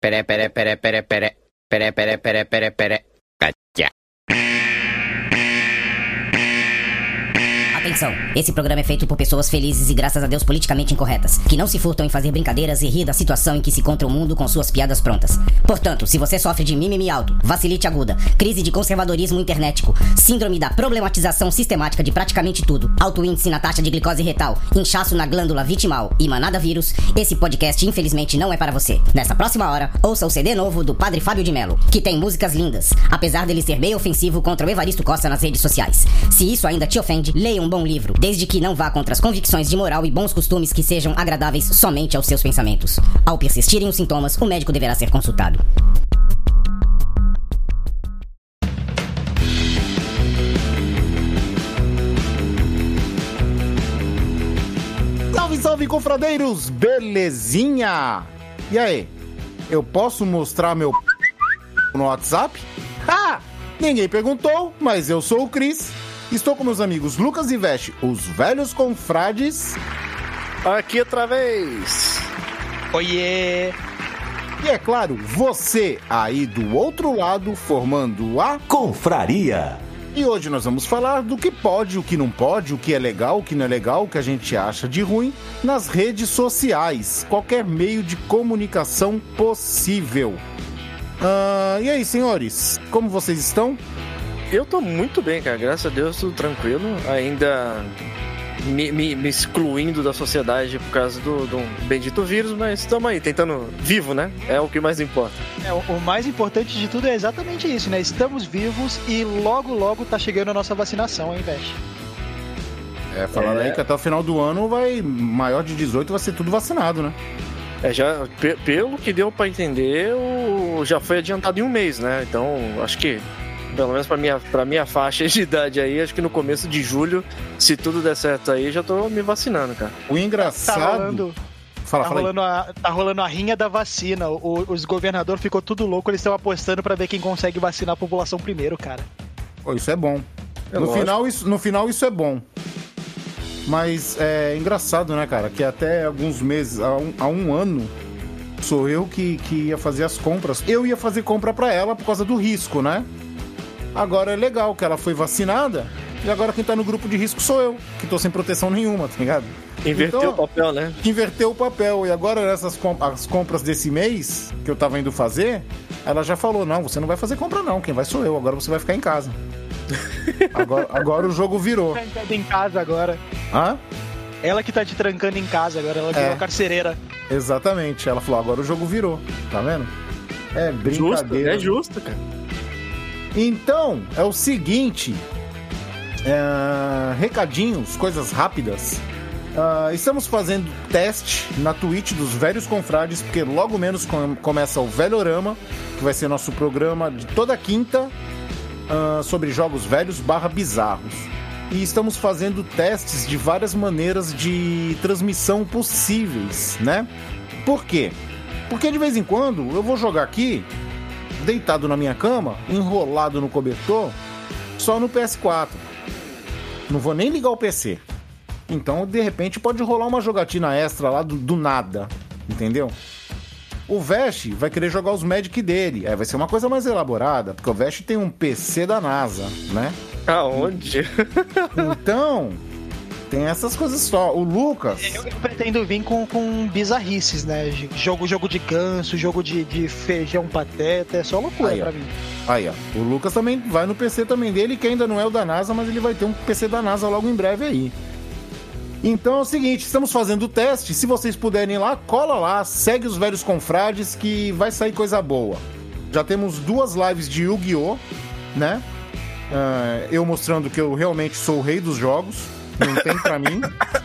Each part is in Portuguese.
Cacha. Atenção, esse programa é feito por pessoas felizes e graças a Deus politicamente incorretas, que não se furtam em fazer brincadeiras e rir da situação em que se encontra o mundo com suas piadas prontas. Portanto, se você sofre de mimimi alto, vacilite aguda, crise de conservadorismo internetico, síndrome da problematização sistemática de praticamente tudo, alto índice na taxa de glicose retal, inchaço na glândula vitimal e manada vírus, esse podcast infelizmente não é para você. Nessa próxima hora, ouça o CD novo do Padre Fábio de Mello, que tem músicas lindas, apesar dele ser meio ofensivo contra o Evaristo Costa nas redes sociais. Se isso ainda te ofende, leia um bom livro, desde que não vá contra as convicções de moral e bons costumes que sejam agradáveis somente aos seus pensamentos. Ao persistirem os sintomas, o médico deverá ser consultado. Salve, salve, confradeiros! Belezinha? E aí, eu posso mostrar meu no WhatsApp? Ah! Ninguém perguntou, mas eu sou o Cris. Estou com meus amigos Lucas e Veste, os velhos confrades. Aqui outra vez. Oiê! E é claro, você aí do outro lado, formando a Confraria. E hoje nós vamos falar do que pode, o que não pode, o que é legal, o que não é legal, o que a gente acha de ruim nas redes sociais. Qualquer meio de comunicação possível. E aí, senhores? Como vocês estão? Eu tô muito bem, cara. Graças a Deus, tudo tranquilo. Ainda me excluindo da sociedade por causa do bendito vírus, mas estamos aí, tentando vivo, né? É o que mais importa. O mais importante de tudo é exatamente isso, né? Estamos vivos e logo tá chegando a nossa vacinação, hein, Veste? Falando aí que até o final do ano maior de 18 vai ser tudo vacinado, né? Já, pelo que deu pra entender, já foi adiantado em um mês, né? Então, acho que pelo menos pra minha faixa de idade aí, acho que no começo de julho, se tudo der certo aí, já tô me vacinando, cara. O engraçado... Tá rolando a rinha da vacina. Os governadores ficou tudo louco, eles estão apostando pra ver quem consegue vacinar a população primeiro, cara. Pô, isso é bom. No final isso é bom. Mas é engraçado, né, cara? Que até alguns meses, há um ano, sou eu que ia fazer as compras. Eu ia fazer compra pra ela por causa do risco, né? Agora é legal que ela foi vacinada e agora quem tá no grupo de risco sou eu, que tô sem proteção nenhuma, tá ligado? Inverteu o papel, né? Inverteu o papel. E agora as compras desse mês que eu tava indo fazer, ela já falou, não, você não vai fazer compra não, quem vai sou eu, agora você vai ficar em casa. Agora o jogo virou. Tá em casa agora. Hã? Ela que tá te trancando em casa agora, ela virou carcereira. Exatamente, ela falou, agora o jogo virou, tá vendo? É brincadeira. É justo, cara. Então, é o seguinte, recadinhos, coisas rápidas. Estamos fazendo teste na Twitch dos Velhos Confrades, porque logo menos começa o Velhorama, que vai ser nosso programa de toda quinta, sobre jogos velhos / bizarros. E estamos fazendo testes de várias maneiras de transmissão possíveis, né? Por quê? Porque de vez em quando eu vou jogar aqui, deitado na minha cama, enrolado no cobertor, só no PS4. Não vou nem ligar o PC. Então, de repente, pode rolar uma jogatina extra lá do nada, entendeu? O Vest vai querer jogar os Magic dele. Vai ser uma coisa mais elaborada, porque o Vest tem um PC da NASA, né? Aonde? Então, tem essas coisas só. O Lucas... Eu pretendo vir com bizarrices, né? Jogo de ganso, jogo de feijão pateta, é só loucura aí, pra mim. Aí, ó. O Lucas também vai no PC também dele, que ainda não é o da NASA, mas ele vai ter um PC da NASA logo em breve aí. Então é o seguinte, estamos fazendo o teste. Se vocês puderem ir lá, cola lá, segue os Velhos Confrades que vai sair coisa boa. Já temos 2 lives de Yu-Gi-Oh!, né? Eu mostrando que eu realmente sou o rei dos jogos. Não tem pra mim.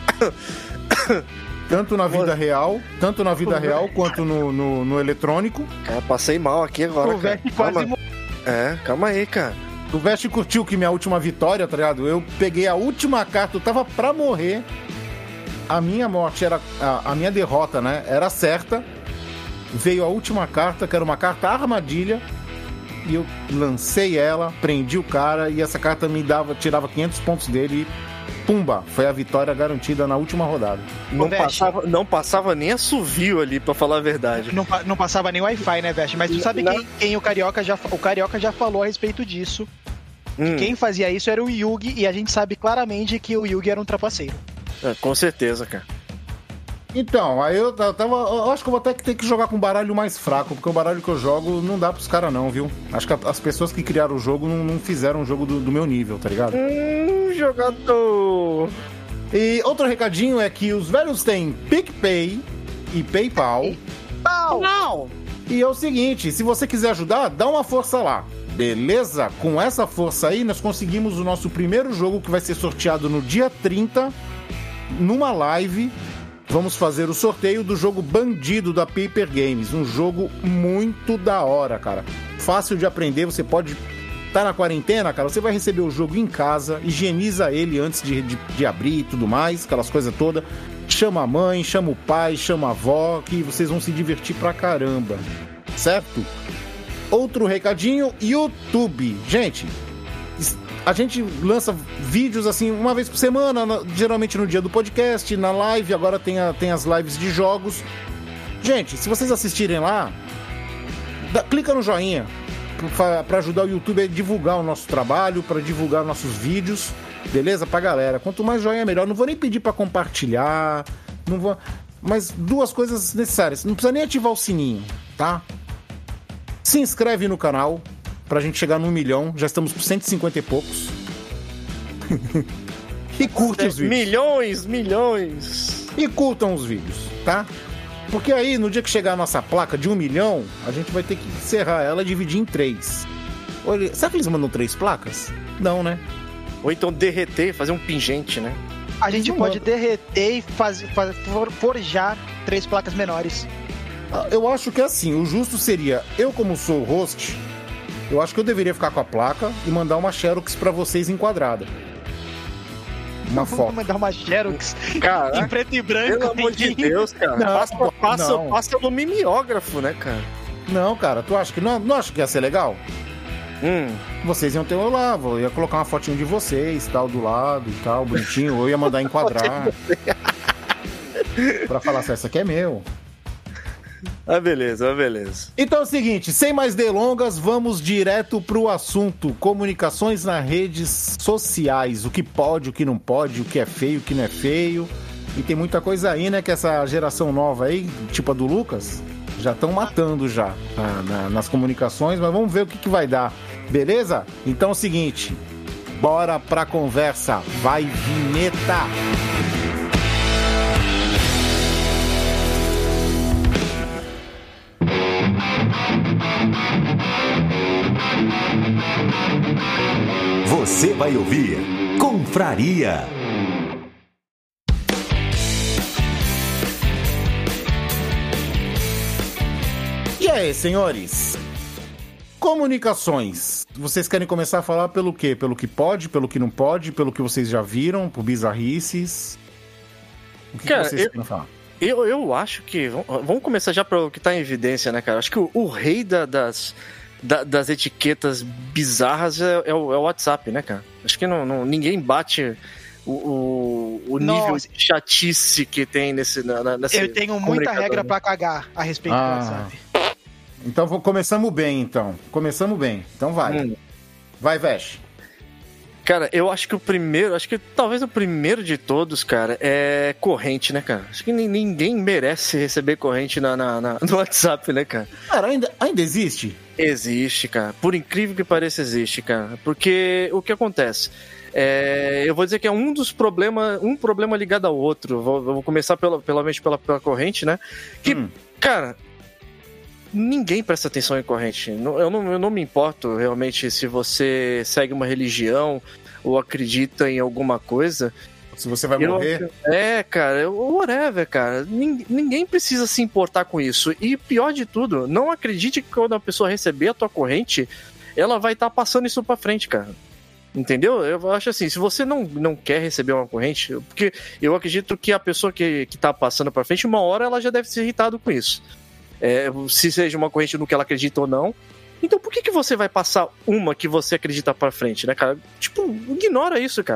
Tanto na vida real quanto no eletrônico. Cara, passei mal aqui agora, cara. Calma aí, cara. O Vest curtiu que minha última vitória, tá ligado? Eu peguei a última carta, eu tava pra morrer. A minha morte era... A minha derrota, né? Era certa. Veio a última carta, que era uma carta armadilha. E eu lancei ela, prendi o cara. E essa carta tirava 500 pontos dele. pumba, foi a vitória garantida na última rodada. Não passava nem assovio ali, pra falar a verdade. Não passava nem Wi-Fi, né, Veste? Mas tu sabe quem o Carioca já falou a respeito disso. Quem fazia isso era o Yugi, e a gente sabe claramente que o Yugi era um trapaceiro. Com certeza, cara. Então, aí eu acho que eu vou até ter que jogar com um baralho mais fraco, porque o baralho que eu jogo não dá pros caras não, viu? Acho que as pessoas que criaram o jogo não fizeram um jogo do meu nível, tá ligado? Jogador! E outro recadinho é que os velhos têm PicPay e PayPal. Pau! E é o seguinte, se você quiser ajudar, dá uma força lá. Beleza? Com essa força aí, nós conseguimos o nosso primeiro jogo, que vai ser sorteado no dia 30, numa live. Vamos fazer o sorteio do jogo Bandido da Paper Games. Um jogo muito da hora, cara. Fácil de aprender, você pode estar na quarentena, cara, você vai receber o jogo em casa, higieniza ele antes de abrir e tudo mais, aquelas coisas todas. Chama a mãe, chama o pai, chama a avó, que vocês vão se divertir pra caramba. Certo? Outro recadinho, YouTube. Gente, a gente lança vídeos assim uma vez por semana, geralmente no dia do podcast, na live, agora tem as lives de jogos. Gente, se vocês assistirem lá, clica no joinha para ajudar o YouTube a divulgar o nosso trabalho, para divulgar nossos vídeos, beleza? Pra galera. Quanto mais joinha, melhor. Não vou nem pedir para compartilhar, não vou... Mas duas coisas necessárias. Não precisa nem ativar o sininho, tá? Se inscreve no canal pra gente chegar no 1 milhão. Já estamos com 150 e poucos. E curte os vídeos. Milhões. E curtam os vídeos, tá? Porque aí, no dia que chegar a nossa placa de 1 milhão, a gente vai ter que encerrar ela e dividir em 3. Olha, será que eles mandam 3 placas? Não, né? Ou então derreter e fazer um pingente, né? A gente pode derreter e forjar 3 placas menores. Eu acho que assim, o justo seria, eu como sou o host, eu acho que eu deveria ficar com a placa e mandar uma Xerox pra vocês enquadrada. Uma foto. Vou mandar uma Xerox Caraca, em preto e branco. Pelo amor de Deus, cara. Passa no mimeógrafo, né, cara? Não, cara, tu acha que não acha que ia ser legal? Vocês iam ter eu lá, eu ia colocar uma fotinho de vocês, tal, do lado e tal, bonitinho, ou eu ia mandar enquadrar. Pra falar assim, essa aqui é meu. Beleza. Então é o seguinte, sem mais delongas, vamos direto pro assunto. Comunicações nas redes sociais. O que pode, o que não pode, o que é feio, o que não é feio. E tem muita coisa aí, né, que essa geração nova aí, tipo a do Lucas, já estão matando já nas comunicações, mas vamos ver o que vai dar. Beleza? Então é o seguinte, bora pra conversa. Vai, vinheta! Você vai ouvir Confraria. E aí, senhores? Comunicações. Vocês querem começar a falar pelo quê? Pelo que pode, pelo que não pode, pelo que vocês já viram, por bizarrices? O que vocês querem falar? Eu acho que... Vamos começar já pelo que tá em evidência, né, cara? Acho que o rei das etiquetas bizarras é o WhatsApp, né, cara? Acho que ninguém bate o nível de chatice que tem nessa Eu tenho muita regra pra cagar a respeito do WhatsApp. Então começamos bem, então. Então vai. Vai, Vesh. Cara, eu acho que talvez o primeiro de todos, cara, é corrente, né, cara? Acho que ninguém merece receber corrente no WhatsApp, né, cara? Cara, ainda existe? Existe, cara. Por incrível que pareça, existe, cara. Porque o que acontece? Eu vou dizer que é um problema ligado ao outro. Eu vou começar pela corrente, né? Que, cara, ninguém presta atenção em corrente. Eu não me importo realmente se você segue uma religião ou acredita em alguma coisa. Se você vai morrer. Cara, whatever, cara. Ninguém precisa se importar com isso. E pior de tudo, não acredite que quando a pessoa receber a tua corrente, ela vai estar passando isso pra frente, cara. Entendeu? Eu acho assim, se você não quer receber uma corrente, porque eu acredito que a pessoa que tá passando pra frente, uma hora ela já deve ser irritada com isso. Se seja uma corrente no que ela acredita ou não. Então por que você vai passar uma que você acredita pra frente, né, cara? Tipo, ignora isso, cara.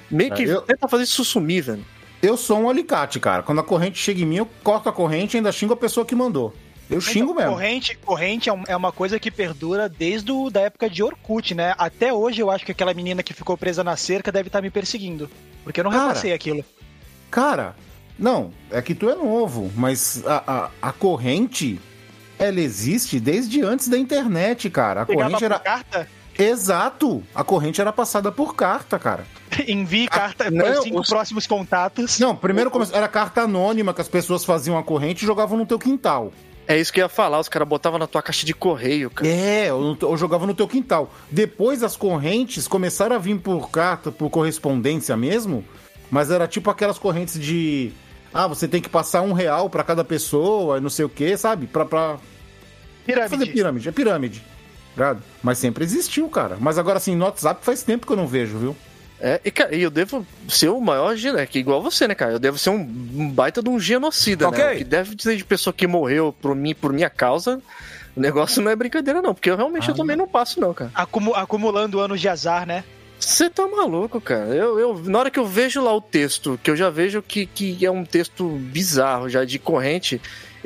Meio que tenta fazer isso sumir, velho. Eu sou um alicate, cara. Quando a corrente chega em mim, eu corto a corrente e ainda xingo a pessoa que mandou. Eu xingo mesmo. Corrente é uma coisa que perdura desde da época de Orkut, né? Até hoje eu acho que aquela menina que ficou presa na cerca deve estar me perseguindo. Porque eu não repassei aquilo. Cara, não, é que tu é novo, mas a corrente, ela existe desde antes da internet, cara. A corrente era... carta? Exato! A corrente era passada por carta, cara. Envie carta para 5 próximos contatos. Não, primeiro era carta anônima que as pessoas faziam a corrente e jogavam no teu quintal. É isso que eu ia falar, os caras botavam na tua caixa de correio, cara. Eu jogava no teu quintal. Depois as correntes começaram a vir por carta, por correspondência mesmo, mas era tipo aquelas correntes de... você tem que passar R$1 pra cada pessoa, não sei o que, sabe? Pra fazer pirâmide. É pirâmide. Mas sempre existiu, cara. Mas agora, assim, no WhatsApp faz tempo que eu não vejo, viu? E eu devo ser o maior, que igual você, né, cara? Eu devo ser um baita de um genocida, né? Que deve ser de pessoa que morreu por minha causa. O negócio não é brincadeira, não. Porque eu também não passo, não, cara. Acumulando anos de azar, né? Você tá maluco, cara. Na hora que eu vejo lá o texto, que eu já vejo que é um texto bizarro já de corrente...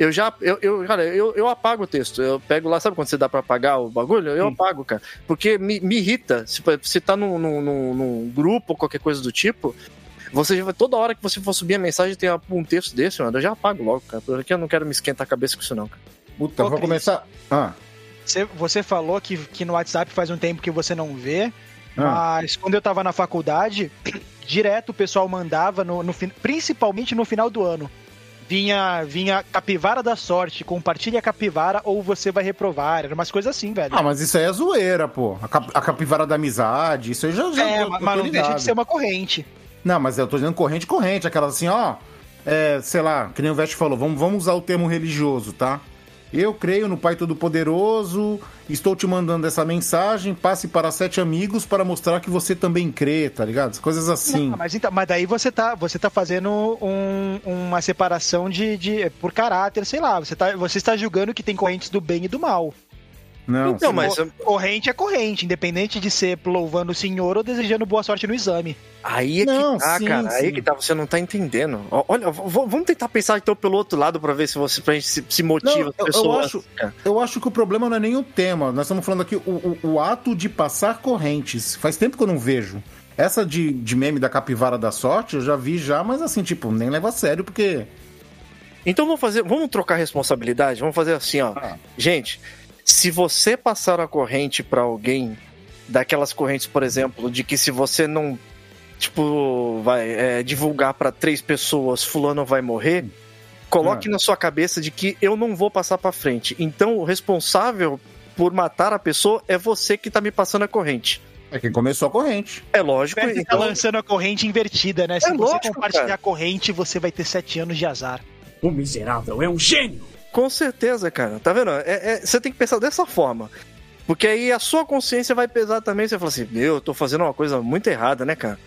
Eu apago o texto. Eu pego lá, sabe quando você dá pra apagar o bagulho? Eu apago, cara. Porque me irrita. Se você tá num grupo ou qualquer coisa do tipo, toda hora que você for subir a mensagem tem um texto desse, mano, eu já apago logo, cara. Porque eu não quero me esquentar a cabeça com isso, não, cara. Puta, eu vou começar... Você falou que no WhatsApp faz um tempo que você não vê, mas quando eu tava na faculdade, direto o pessoal mandava, principalmente no final do ano. Vinha capivara da sorte, compartilha a capivara ou você vai reprovar. Era umas coisas assim, velho. Mas isso aí é zoeira, pô. A capivara da amizade, isso aí já mas não deixa de ser uma corrente. Não, mas eu tô dizendo corrente. Aquelas assim, sei lá, que nem o Veste falou, vamos usar o termo religioso, tá? Eu creio no Pai Todo-Poderoso, estou te mandando essa mensagem, passe para 7 amigos para mostrar que você também crê, tá ligado? As coisas assim. Não, mas daí você tá fazendo uma separação por caráter, sei lá. Você está julgando que tem correntes do bem e do mal. Não, então, mas corrente é corrente, independente de ser louvando o senhor ou desejando boa sorte no exame. Aí cara. Aí que tá, você não tá entendendo. Olha, vamos tentar pensar então pelo outro lado pra ver pra gente se motiva as pessoas. Eu acho que o problema não é nem o tema. Nós estamos falando aqui o ato de passar correntes. Faz tempo que eu não vejo. Essa de meme da capivara da sorte, eu já vi mas assim, tipo, nem leva a sério, porque... Então vamos trocar responsabilidade? Vamos fazer assim, Gente... Se você passar a corrente pra alguém, daquelas correntes, por exemplo, de que se você não, vai divulgar pra 3 pessoas, fulano vai morrer, coloque na sua cabeça de que eu não vou passar pra frente. Então, o responsável por matar a pessoa é você que tá me passando a corrente. É quem começou a corrente. É lógico. Você tá lançando a corrente invertida, né? Se você compartilhar a corrente, você vai ter 7 anos de azar. O miserável é um gênio! Com certeza, cara. Tá vendo? Você tem que pensar dessa forma. Porque aí a sua consciência vai pesar também. Você fala assim, eu tô fazendo uma coisa muito errada, né, cara?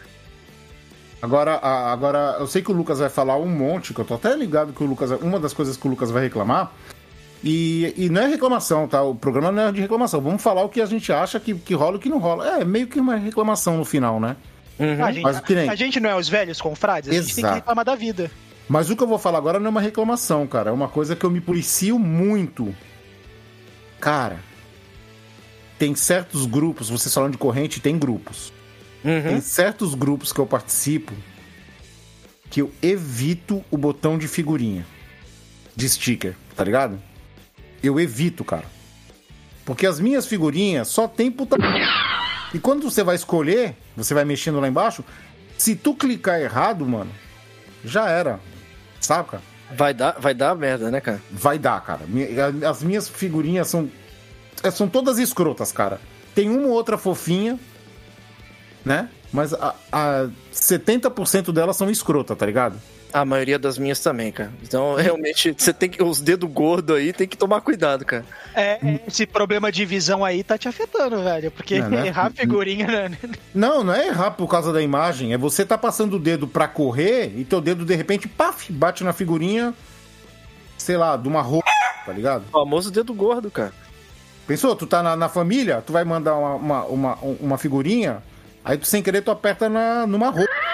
Agora, eu sei que o Lucas vai falar um monte, que eu tô até ligado que o Lucas... Uma das coisas que o Lucas vai reclamar, e não é reclamação, tá? O programa não é de reclamação. Vamos falar o que a gente acha que rola e o que não rola. É meio que uma reclamação no final, né? Uhum. A gente não é os velhos confrades? A gente tem que reclamar da vida. Mas o que eu vou falar agora não é uma reclamação, cara. É uma coisa que eu me policio muito. Cara, tem certos grupos, vocês falando de corrente, tem grupos. Uhum. Tem certos grupos que eu participo que eu evito o botão de figurinha. De sticker, tá ligado? Eu evito, cara. Porque as minhas figurinhas só tem puta... E quando você vai escolher, você vai mexendo lá embaixo, se tu clicar errado, mano, já era. Saca? Vai dar merda, né, cara? Vai dar, cara. As minhas figurinhas são todas escrotas, cara. Tem uma ou outra fofinha, né? Mas a 70% delas são escrotas, tá ligado? A maioria das minhas também, cara. Então, realmente, você tem que... Os dedos gordos aí, tem que tomar cuidado, cara. Esse problema de visão aí tá te afetando, velho. Porque errar a figurinha... Não é errar por causa da imagem. É você tá passando o dedo pra correr e teu dedo, de repente, paf, bate na figurinha, sei lá, de uma roupa, tá ligado? O famoso dedo gordo, cara. Pensou? Tu tá na família, tu vai mandar uma figurinha, aí tu, sem querer, tu aperta numa roupa.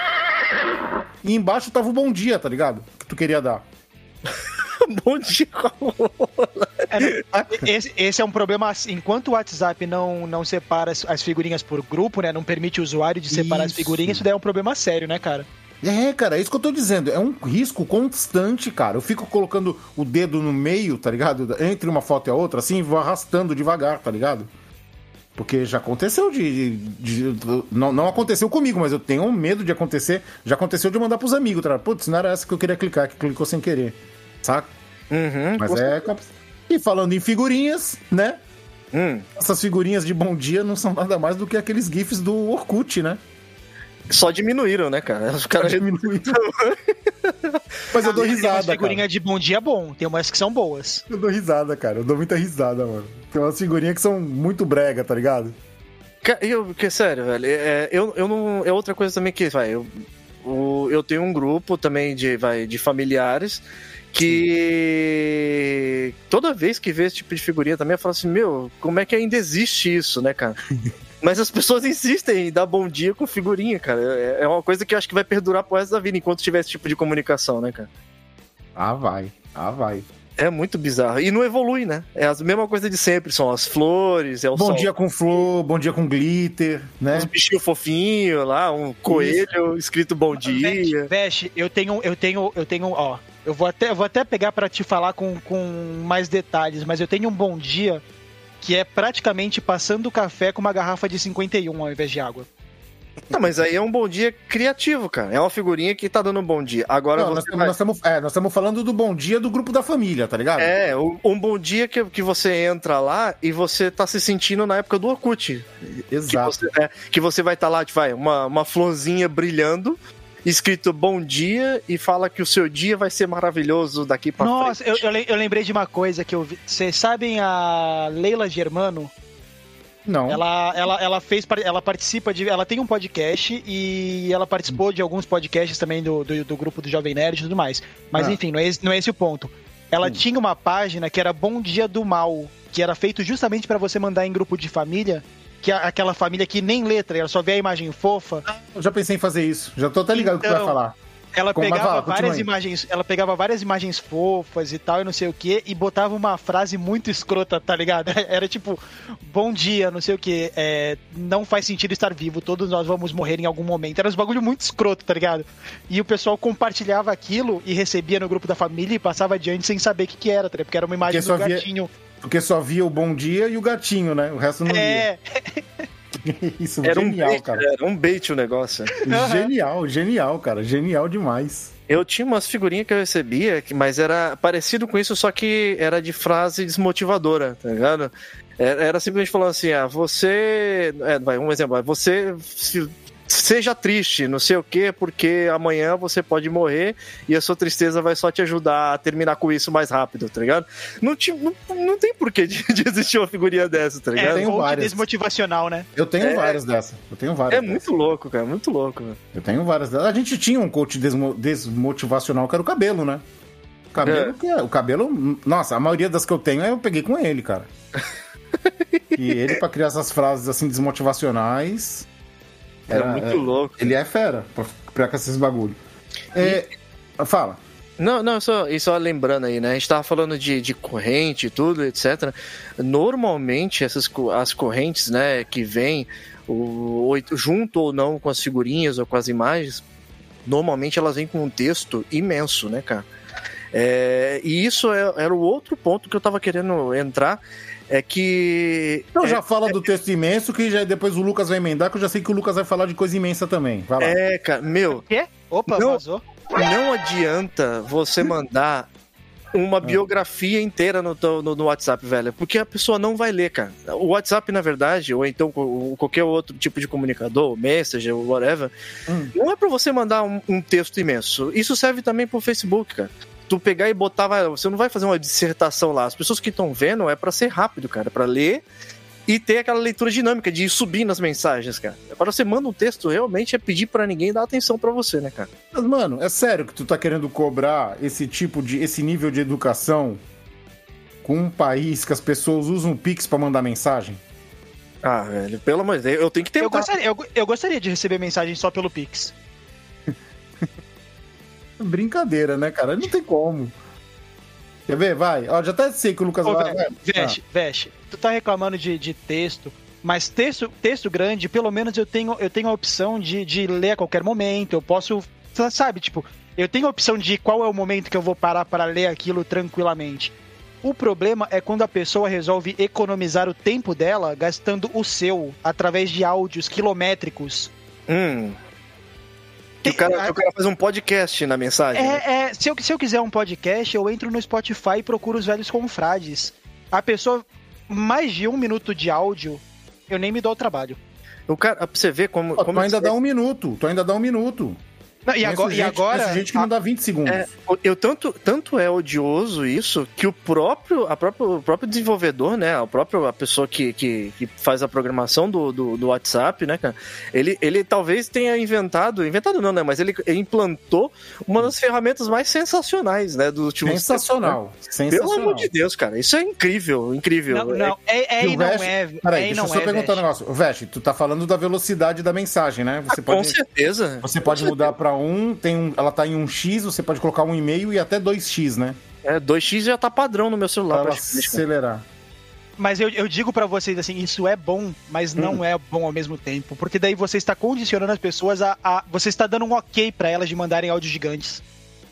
E embaixo tava o bom dia, tá ligado? Que tu queria dar. Bom dia, esse é um problema. Enquanto o WhatsApp não separa as figurinhas por grupo, né? Não permite o usuário de separar as figurinhas, isso daí é um problema sério, né, cara? Cara, é isso que eu tô dizendo. É um risco constante, cara. Eu fico colocando o dedo no meio, tá ligado? Entre uma foto e a outra, assim, vou arrastando devagar, tá ligado? Porque já aconteceu não aconteceu comigo, mas eu tenho medo de acontecer. Já aconteceu de eu mandar pros amigos, tá ligado? Putz, não era essa que eu queria clicar, que clicou sem querer. Saca? Mas E falando em figurinhas, né? Essas figurinhas de bom dia não são nada mais do que aqueles GIFs do Orkut, né? Só diminuíram, né, cara? Os caras diminuíram. Mas eu dou risada, cara. Figurinha de bom dia é bom, tem umas que são boas. Eu dou risada, cara. Eu dou muita risada, mano. Tem umas figurinhas que são muito brega, tá ligado? Sério, velho. Eu não. É outra coisa também que, eu tenho um grupo também de familiares que toda vez que vê esse tipo de figurinha também eu falo assim, como é que ainda existe isso, né, cara? Mas as pessoas insistem em dar bom dia com figurinha, cara. É uma coisa que eu acho que vai perdurar pro resto da vida enquanto tiver esse tipo de comunicação, né, cara? Vai. É muito bizarro. E não evolui, né? É a mesma coisa de sempre. São as flores, é o bom dia com flor, bom dia com glitter, né? Uns bichinhos fofinhos lá, um coelho escrito bom dia. Veste, eu tenho, ó. Eu vou até pegar pra te falar com mais detalhes, mas eu tenho um bom dia que é praticamente passando o café com uma garrafa de 51 ao invés de água. Não, mas aí é um bom dia criativo, cara. É uma figurinha que tá dando um bom dia. Agora nós estamos falando do bom dia do grupo da família, tá ligado? Um bom dia que você entra lá e você tá se sentindo na época do Orkut. Exato. Que você vai estar lá, uma florzinha brilhando, escrito bom dia e fala que o seu dia vai ser maravilhoso daqui pra frente. Nossa, eu lembrei de uma coisa que eu vi. Vocês sabem a Leila Germano? Não. Ela participa ela tem um podcast e ela participou de alguns podcasts também do grupo do Jovem Nerd e tudo mais. Mas enfim, não é esse o ponto. Ela tinha uma página que era Bom Dia do Mal, que era feito justamente pra você mandar em grupo de família, que é aquela família que nem letra, ela só vê a imagem fofa. Eu já pensei em fazer isso. Já tô até ligado o que tu vai falar. Ela pegava várias imagens fofas e tal, e não sei o que, e botava uma frase muito escrota, tá ligado? Era tipo, bom dia, não sei o que, não faz sentido estar vivo, todos nós vamos morrer em algum momento. Era uns bagulho muito escroto, tá ligado? E o pessoal compartilhava aquilo e recebia no grupo da família e passava adiante sem saber o que era, tá ligado? Porque era uma imagem do gatinho. Porque só via o bom dia e o gatinho, né? O resto não via. Isso, era genial, cara. Era um bait o negócio. Genial, cara. Genial demais. Eu tinha umas figurinhas que eu recebia, mas era parecido com isso, só que era de frase desmotivadora, tá ligado? Era simplesmente falando assim, você... um exemplo, você... Seja triste, não sei o quê, porque amanhã você pode morrer e a sua tristeza vai só te ajudar a terminar com isso mais rápido, tá ligado? Não tem porquê de existir uma figurinha dessa, tá ligado? É coach desmotivacional, né? Eu tenho várias dessas. Muito louco, cara, muito louco. Velho. Eu tenho várias dessas. A gente tinha um coach desmotivacional que era o Cabelo, né? O Cabelo, nossa, a maioria das que eu tenho eu peguei com ele, cara. E ele, pra criar essas frases assim desmotivacionais... Era muito louco. Ele é fera pra esses bagulho. Fala. Não, só lembrando aí, né? A gente tava falando de corrente e tudo, etc. Normalmente, as correntes, né, que vêm junto ou não com as figurinhas ou com as imagens, normalmente elas vêm com um texto imenso, né, cara? E isso era o outro ponto que eu tava querendo entrar. É que... Então já fala do texto imenso, que já depois o Lucas vai emendar, que eu já sei que o Lucas vai falar de coisa imensa também. Vai lá. Cara, meu... Quê? Opa, vazou. Não adianta você mandar uma biografia inteira no WhatsApp, velho, porque a pessoa não vai ler, cara. O WhatsApp, na verdade, ou então qualquer outro tipo de comunicador, Messenger, whatever, não é pra você mandar um texto imenso. Isso serve também pro Facebook, cara. Tu pegar e botar, você não vai fazer uma dissertação lá. As pessoas que estão vendo é pra ser rápido, cara, pra ler e ter aquela leitura dinâmica de ir subindo as mensagens, cara. Agora você manda um texto, realmente é pedir pra ninguém dar atenção pra você, né, cara? Mas, mano, é sério que tu tá querendo cobrar esse nível de educação com um país que as pessoas usam o Pix pra mandar mensagem? Velho, pelo amor de Deus, eu tenho que ter... Eu gostaria de receber mensagem só pelo Pix. Brincadeira, né, cara? Não tem como. Quer ver? Vai. Ó, já até sei que o Lucas vai. Veste, tu tá reclamando de texto, mas texto grande, pelo menos eu tenho a opção de ler a qualquer momento. Eu posso, sabe, tipo, eu tenho a opção de qual é o momento que eu vou parar para ler aquilo tranquilamente. O problema é quando a pessoa resolve economizar o tempo dela gastando o seu através de áudios quilométricos. Que o cara faz um podcast na mensagem. Se eu quiser um podcast, eu entro no Spotify e procuro os velhos confrades. A pessoa, mais de 1 minuto de áudio, eu nem me dou o trabalho. O cara, pra você ver como... Tu ainda dá 1 minuto. Não, e agora... Tem gente que não dá 20 segundos. Tanto é odioso isso, que o próprio desenvolvedor, né, a pessoa que faz a programação do WhatsApp, né, cara, ele talvez tenha inventado não, né, mas ele implantou uma das ferramentas mais sensacionais, né, do último Sensacional. Pelo amor de Deus, cara, isso é incrível. Peraí, deixa eu só perguntar um negócio. Veste, tu tá falando da velocidade da mensagem, né? Com certeza. Você pode mudar pra ela tá em 1x, você pode colocar 1,5 e até 2x, né? 2x já tá padrão no meu celular. Pra acelerar. Mas eu digo pra vocês assim, isso é bom, mas não é bom ao mesmo tempo. Porque daí você está condicionando as pessoas você está dando um ok pra elas de mandarem áudios gigantes.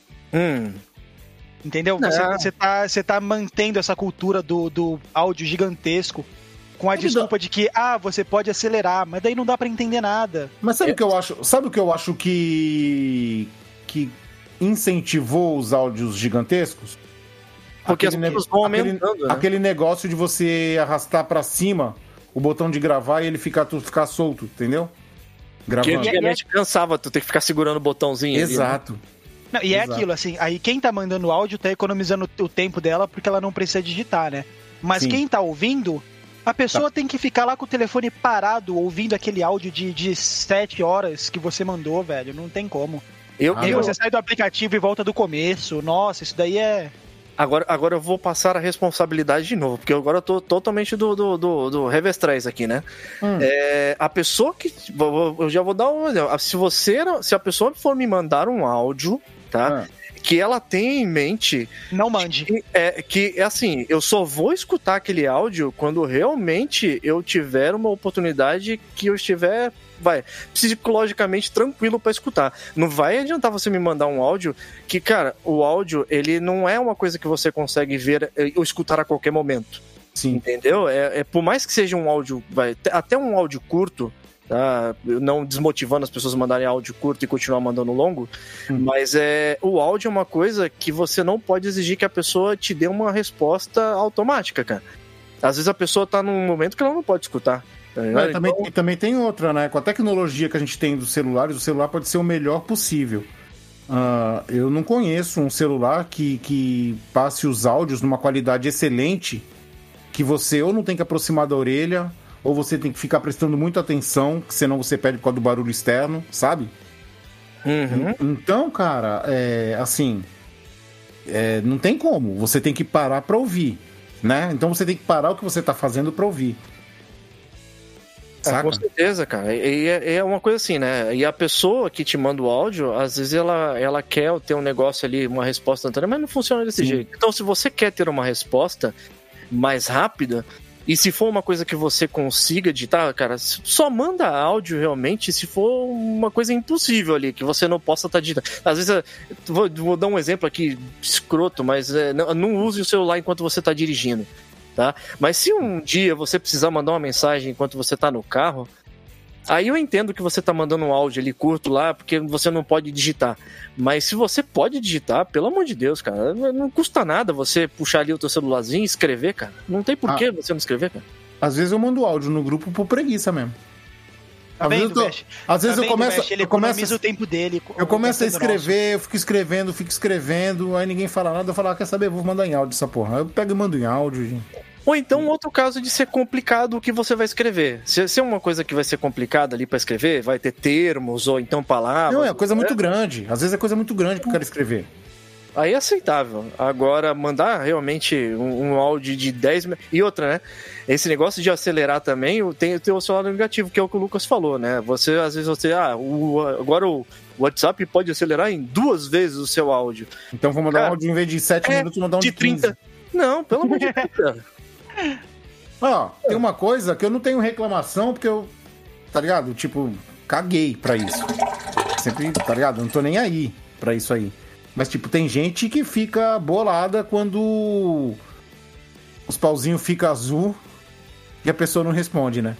Entendeu? Você tá mantendo essa cultura do áudio gigantesco com a desculpa de que, você pode acelerar, mas daí não dá pra entender nada. Mas sabe o que eu acho? Sabe o que eu acho que incentivou os áudios gigantescos? Porque as pessoas vão aumentando, né? Aquele negócio de você arrastar pra cima o botão de gravar e ele ficar solto, entendeu? Gravando. Que antigamente cansava tu ter que ficar segurando o botãozinho. Exato. Ali, né? Não, e é aquilo, assim, aí quem tá mandando áudio tá economizando o tempo dela porque ela não precisa digitar, né? Mas quem tá ouvindo... A pessoa tem que ficar lá com o telefone parado, ouvindo aquele áudio de 7 horas que você mandou, velho. Não tem como. E aí você sai do aplicativo e volta do começo. Nossa, isso daí é... Agora eu vou passar a responsabilidade de novo, porque agora eu tô totalmente do revestrez aqui, né? A pessoa que... Eu já vou dar um exemplo. Se a pessoa for me mandar um áudio, tá? Que ela tem em mente... Não mande. Que assim, eu só vou escutar aquele áudio quando realmente eu tiver uma oportunidade que eu estiver, psicologicamente tranquilo pra escutar. Não vai adiantar você me mandar um áudio que, cara, o áudio, ele não é uma coisa que você consegue ver ou escutar a qualquer momento. Sim. Entendeu? Por mais que seja um áudio, até um áudio curto, tá? Não desmotivando as pessoas a mandarem áudio curto e continuar mandando longo, mas o áudio é uma coisa que você não pode exigir que a pessoa te dê uma resposta automática, cara. Às vezes a pessoa tá num momento que ela não pode escutar. Tá também tem outra, né? Com a tecnologia que a gente tem dos celulares, o celular pode ser o melhor possível. Eu não conheço um celular que passe os áudios numa qualidade excelente, que você ou não tem que aproximar da orelha, ou você tem que ficar prestando muita atenção, senão você perde por causa do barulho externo, sabe? Então, cara, não tem como. Você tem que parar pra ouvir, né? Então você tem que parar o que você tá fazendo pra ouvir. Com certeza, cara. E é uma coisa assim, né? E a pessoa que te manda o áudio, às vezes ela quer ter um negócio ali, uma resposta instantânea, mas não funciona desse jeito. Então, se você quer ter uma resposta mais rápida, e se for uma coisa que você consiga digitar, cara, só manda áudio realmente se for uma coisa impossível ali, que você não possa estar digitando. Às vezes, vou dar um exemplo aqui escroto, mas não use o celular enquanto você está dirigindo, tá? Mas se um dia você precisar mandar uma mensagem enquanto você está no carro, aí eu entendo que você tá mandando um áudio ali curto lá, porque você não pode digitar. Mas se você pode digitar, pelo amor de Deus, cara, não custa nada você puxar ali o teu celularzinho e escrever, cara. Não tem porquê você não escrever, cara. Às vezes eu mando áudio no grupo por preguiça mesmo. Às vezes eu começo o tempo dele. Eu começo a escrever, eu fico escrevendo, aí ninguém fala nada, eu falo, quer saber, vou mandar em áudio essa porra. Eu pego e mando em áudio, gente. Ou então outro caso de ser complicado o que você vai escrever. Se é uma coisa que vai ser complicada ali pra escrever, vai ter termos ou então palavras. Não, é coisa muito grande. Às vezes é coisa muito grande que eu quero escrever. aí é aceitável. Agora, mandar realmente um áudio de 10... E outra, né? Esse negócio de acelerar também tem o seu lado negativo, que é o que o Lucas falou, né? Você, às vezes, agora o WhatsApp pode acelerar em 2 vezes o seu áudio. Então vou mandar um áudio, em vez de 7 minutos, mandar um de 30. 15. Não, pelo amor de Deus. Tem uma coisa que eu não tenho reclamação, porque eu, tá ligado? Tipo, caguei pra isso. Sempre, tá ligado? Não tô nem aí pra isso aí. Mas, tipo, tem gente que fica bolada quando os pauzinhos ficam azul e a pessoa não responde, né?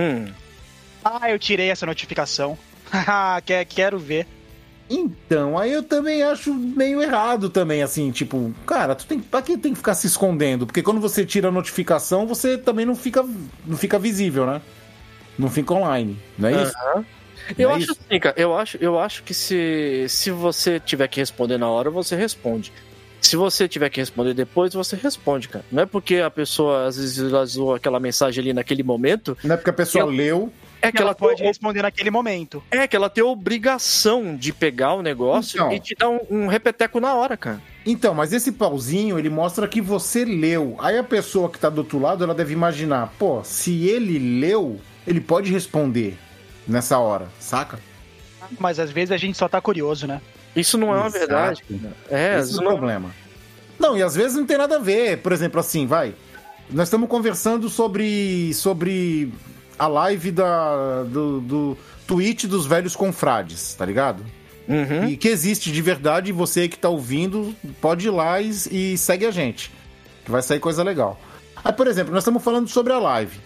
Eu tirei essa notificação. Quero ver. Então, aí eu também acho meio errado também, assim, tipo, cara, pra que tem que ficar se escondendo? Porque quando você tira a notificação, você também não fica visível, né? Não fica online, não é isso? Eu acho assim, cara, eu acho que se você tiver que responder na hora, você responde. Se você tiver que responder depois, você responde, cara. Não é porque a pessoa, às vezes, visualizou aquela mensagem ali naquele momento... Não é porque a pessoa leu... É que ela pode responder naquele momento. É que ela tem a obrigação de pegar o negócio e te dar um repeteco na hora, cara. Então, mas esse pauzinho, ele mostra que você leu. Aí a pessoa que tá do outro lado, ela deve imaginar, pô, se ele leu, ele pode responder nessa hora, saca? Mas às vezes a gente só tá curioso, né? Isso não é uma verdade. Esse é o problema. Não, e às vezes não tem nada a ver. Por exemplo, assim, nós estamos conversando sobre a live do Twitch dos velhos confrades, tá ligado? E que existe de verdade, e você que tá ouvindo pode ir lá e segue a gente, que vai sair coisa legal. Aí, por exemplo, nós estamos falando sobre a live.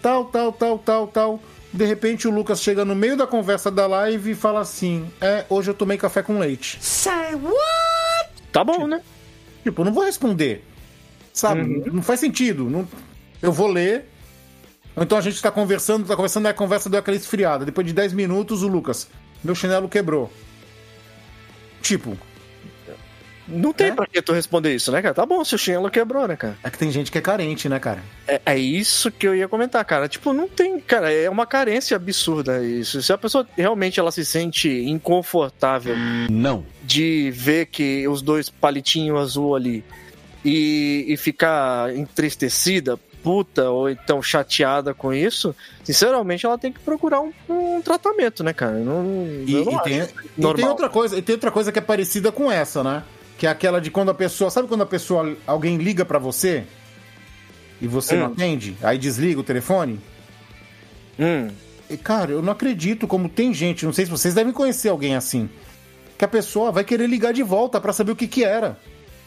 Tal. De repente o Lucas chega no meio da conversa da live e fala assim, hoje eu tomei café com leite. Say what? Tá bom, né? Tipo, eu não vou responder. Sabe? Não faz sentido. Não... Eu vou ler... Ou então a gente tá conversando, e a conversa deu aquela esfriada. Depois de 10 minutos, o Lucas, meu chinelo quebrou. Tipo... Não tem pra que tu responder isso, né, cara? Tá bom, seu chinelo quebrou, né, cara? É que tem gente que é carente, né, cara? É isso que eu ia comentar, cara. Tipo, não tem... Cara, é uma carência absurda isso. Se a pessoa realmente ela se sente inconfortável... Não. De ver que os 2 palitinhos azul ali e ficar entristecida... puta ou então chateada com isso, sinceramente ela tem que procurar um tratamento, né, cara? E tem outra coisa que é parecida com essa, né? Que é aquela de quando a pessoa... Sabe quando alguém liga pra você e você não atende? Aí desliga o telefone? E, cara, eu não acredito como tem gente, não sei se vocês devem conhecer alguém assim, que a pessoa vai querer ligar de volta pra saber o que era.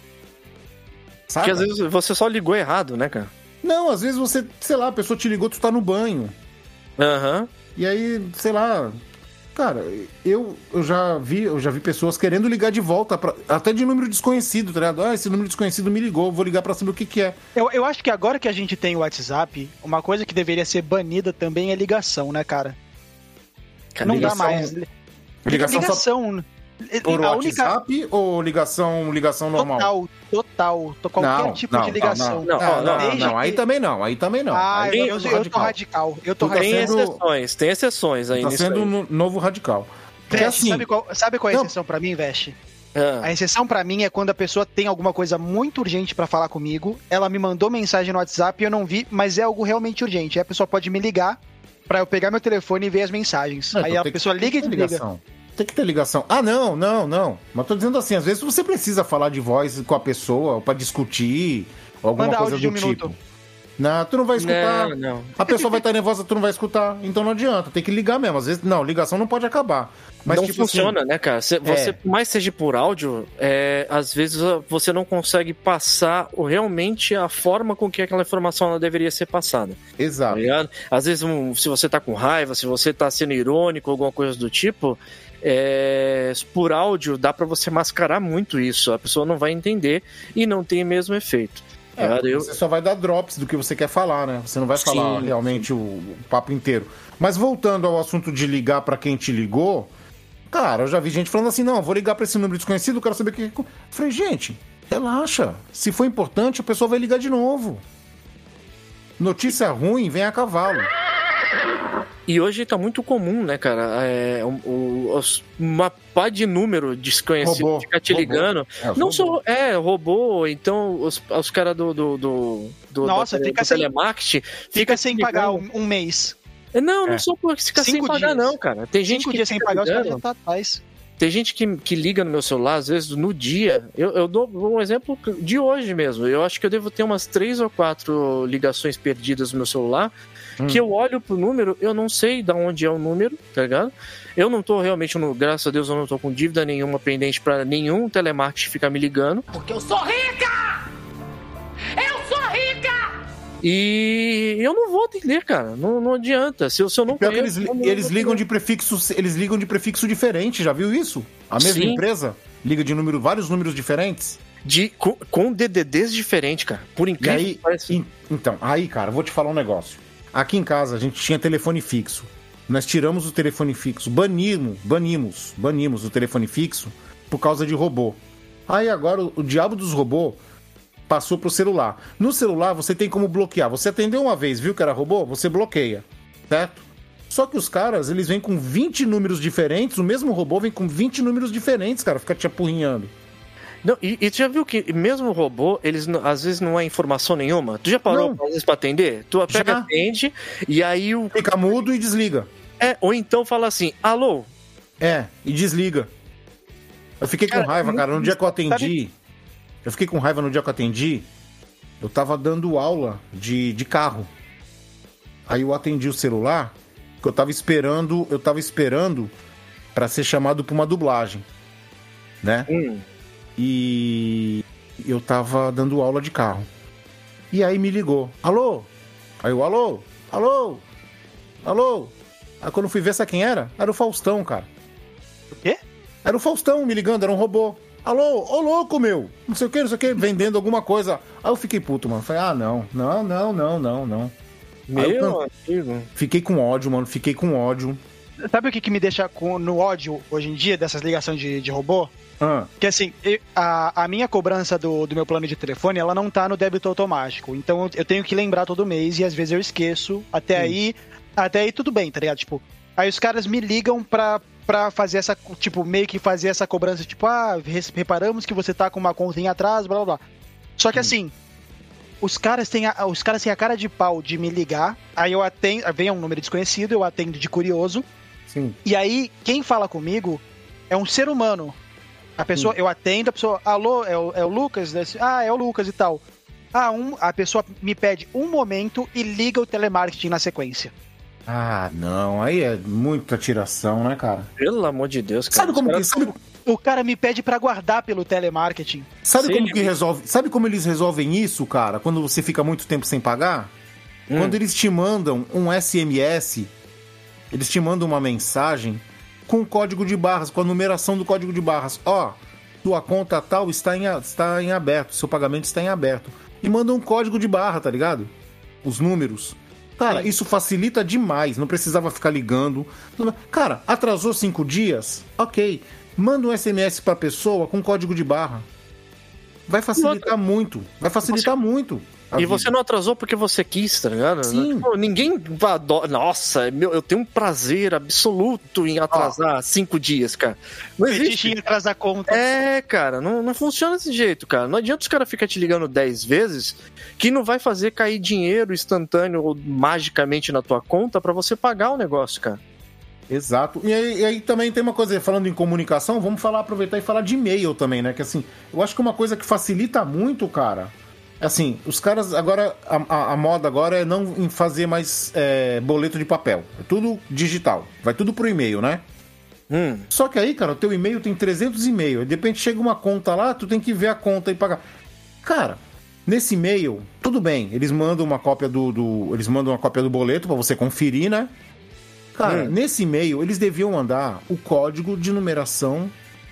Sabe? Porque às vezes você só ligou errado, né, cara? Não, às vezes você, sei lá, a pessoa te ligou, tu tá no banho. E aí, sei lá... Cara, eu já vi pessoas querendo ligar de volta, até de número desconhecido, tá ligado? Esse número desconhecido me ligou, vou ligar pra saber o que é. Eu acho que agora que a gente tem o WhatsApp, uma coisa que deveria ser banida também é ligação, né, cara? Não dá mais. Ligação. Por WhatsApp ou ligação normal? Total. Qualquer tipo de ligação. Não, aí também não. Eu tô radical. Tem exceções aí. Tá sendo um novo radical. Assim, sabe qual é a exceção pra mim, Veste? A exceção pra mim é quando a pessoa tem alguma coisa muito urgente pra falar comigo, ela me mandou mensagem no WhatsApp e eu não vi, mas é algo realmente urgente. Aí a pessoa pode me ligar pra eu pegar meu telefone e ver as mensagens. Aí a pessoa liga e desliga. Tem que ter ligação. Não. Mas tô dizendo assim, às vezes você precisa falar de voz com a pessoa pra discutir, ou alguma coisa do tipo. Não, tu não vai escutar. Não. A pessoa vai estar nervosa, tu não vai escutar. Então não adianta, tem que ligar mesmo. Às vezes, ligação não pode acabar. Mas, não tipo, funciona, assim, né, cara? Você, por mais seja por áudio, às vezes você não consegue passar realmente a forma com que aquela informação ela deveria ser passada. Exato. Tá, às vezes, se você tá com raiva, se você tá sendo irônico, alguma coisa do tipo... por áudio dá pra você mascarar muito isso, a pessoa não vai entender e não tem o mesmo efeito. Você só vai dar drops do que você quer falar, né? Você não vai falar realmente o papo inteiro. Mas voltando ao assunto de ligar pra quem te ligou, cara, eu já vi gente falando assim, não, vou ligar pra esse número desconhecido, quero saber o que... Falei, gente, relaxa, se for importante a pessoa vai ligar de novo. Notícia ruim vem a cavalo. E hoje tá muito comum, né, cara? Uma pá de número desconhecido ficar te ligando. Não só robô, então os caras do telemarketing fica sem pagar um mês. Não só por ficar sem pagar, não, cara. Tem gente 5 que dias sem pagar, os caras já tá atrás. Tem gente que liga no meu celular, às vezes no dia. Eu dou um exemplo de hoje mesmo. Eu acho que eu devo ter umas 3 ou 4 ligações perdidas no meu celular. Que eu olho pro número, eu não sei de onde é o número, tá ligado? Eu não tô realmente, graças a Deus, eu não tô com dívida nenhuma pendente pra nenhum telemarketing ficar me ligando. Porque eu sou rica! Eu sou rica! E eu não vou atender, cara. Não adianta. Se eu não conheço... Eles ligam de prefixo diferente, já viu isso? A mesma empresa liga de vários números diferentes. Com DDDs diferentes, cara. Por incrível que pareça. Então, aí, cara, vou te falar um negócio. Aqui em casa a gente tinha telefone fixo. Nós tiramos o telefone fixo, banimos o telefone fixo por causa de robô. Aí agora o diabo dos robôs passou pro celular. No celular você tem como bloquear. Você atendeu uma vez, viu que era robô? Você bloqueia, certo? Só que os caras, eles vêm com 20 números diferentes, o mesmo robô vem com 20 números diferentes, cara, fica te apurrinhando. Não, e tu já viu que mesmo o robô, eles às vezes não é informação nenhuma? Tu já parou às vezes pra atender? Tu pega, atende, e aí fica mudo e desliga. Ou então fala assim, alô? E desliga. Eu fiquei com raiva, cara, no dia que eu atendi. Eu fiquei com raiva no dia que eu atendi. Eu tava dando aula de carro. Aí eu atendi o celular, que eu tava esperando pra ser chamado pra uma dublagem, né? E eu tava dando aula de carro. E aí me ligou. Alô? Aí eu, alô? Aí quando eu fui ver, sabe quem era? Era o Faustão, cara. O quê? Era o Faustão me ligando, era um robô. Alô, ô louco, meu. Não sei o que, vendendo alguma coisa. Aí eu fiquei puto, mano. Falei, não. Meu amigo. Fiquei com ódio, mano. Sabe o que me deixa no ódio hoje em dia dessas ligações de robô? Que assim, a minha cobrança do meu plano de telefone, ela não tá no débito automático. Então eu tenho que lembrar todo mês e às vezes eu esqueço. Até aí tudo bem, tá ligado? Tipo, aí os caras me ligam pra fazer essa, tipo, meio que fazer essa cobrança, tipo, reparamos que você tá com uma conta em atraso, blá blá blá. Só que assim, os caras têm a cara de pau de me ligar, aí eu atendo, vem um número desconhecido, eu atendo de curioso. Sim. E aí, quem fala comigo é um ser humano. A pessoa, eu atendo, a pessoa, alô, é o Lucas? É o Lucas e tal. A pessoa me pede um momento e liga o telemarketing na sequência. Não, aí é muita tiração, né, cara? Pelo amor de Deus, cara. O cara me pede pra guardar pelo telemarketing. Sabe como eles resolvem isso, cara? Quando você fica muito tempo sem pagar? Quando eles te mandam um SMS, eles te mandam uma mensagem com o código de barras, com a numeração do código de barras. Tua conta tal está em aberto, seu pagamento está em aberto. E manda um código de barra, tá ligado? Os números. Cara, isso facilita demais, não precisava ficar ligando. Cara, atrasou 5 dias? Ok. Manda um SMS pra pessoa com código de barra. Vai facilitar muito. E você não atrasou porque você quis, tá ligado? Sim. Tipo, ninguém adora. Nossa, eu tenho um prazer absoluto em atrasar 5 dias, cara. Não existe. Em atrasar conta. Cara, não funciona desse jeito, cara. Não adianta os caras ficarem te ligando 10 vezes que não vai fazer cair dinheiro instantâneo ou magicamente na tua conta pra você pagar o negócio, cara. Exato. E aí também tem uma coisa, falando em comunicação, vamos aproveitar e falar de e-mail também, né? Que assim, eu acho que uma coisa que facilita muito, cara. Assim, os caras agora, a moda agora é não fazer mais boleto de papel. É tudo digital. Vai tudo pro e-mail, né? Só que aí, cara, o teu e-mail tem 300 e-mails. De repente chega uma conta lá, tu tem que ver a conta e pagar. Cara, nesse e-mail, tudo bem. Eles mandam uma cópia do boleto pra você conferir, né? Cara, nesse e-mail, eles deviam mandar o código de numeração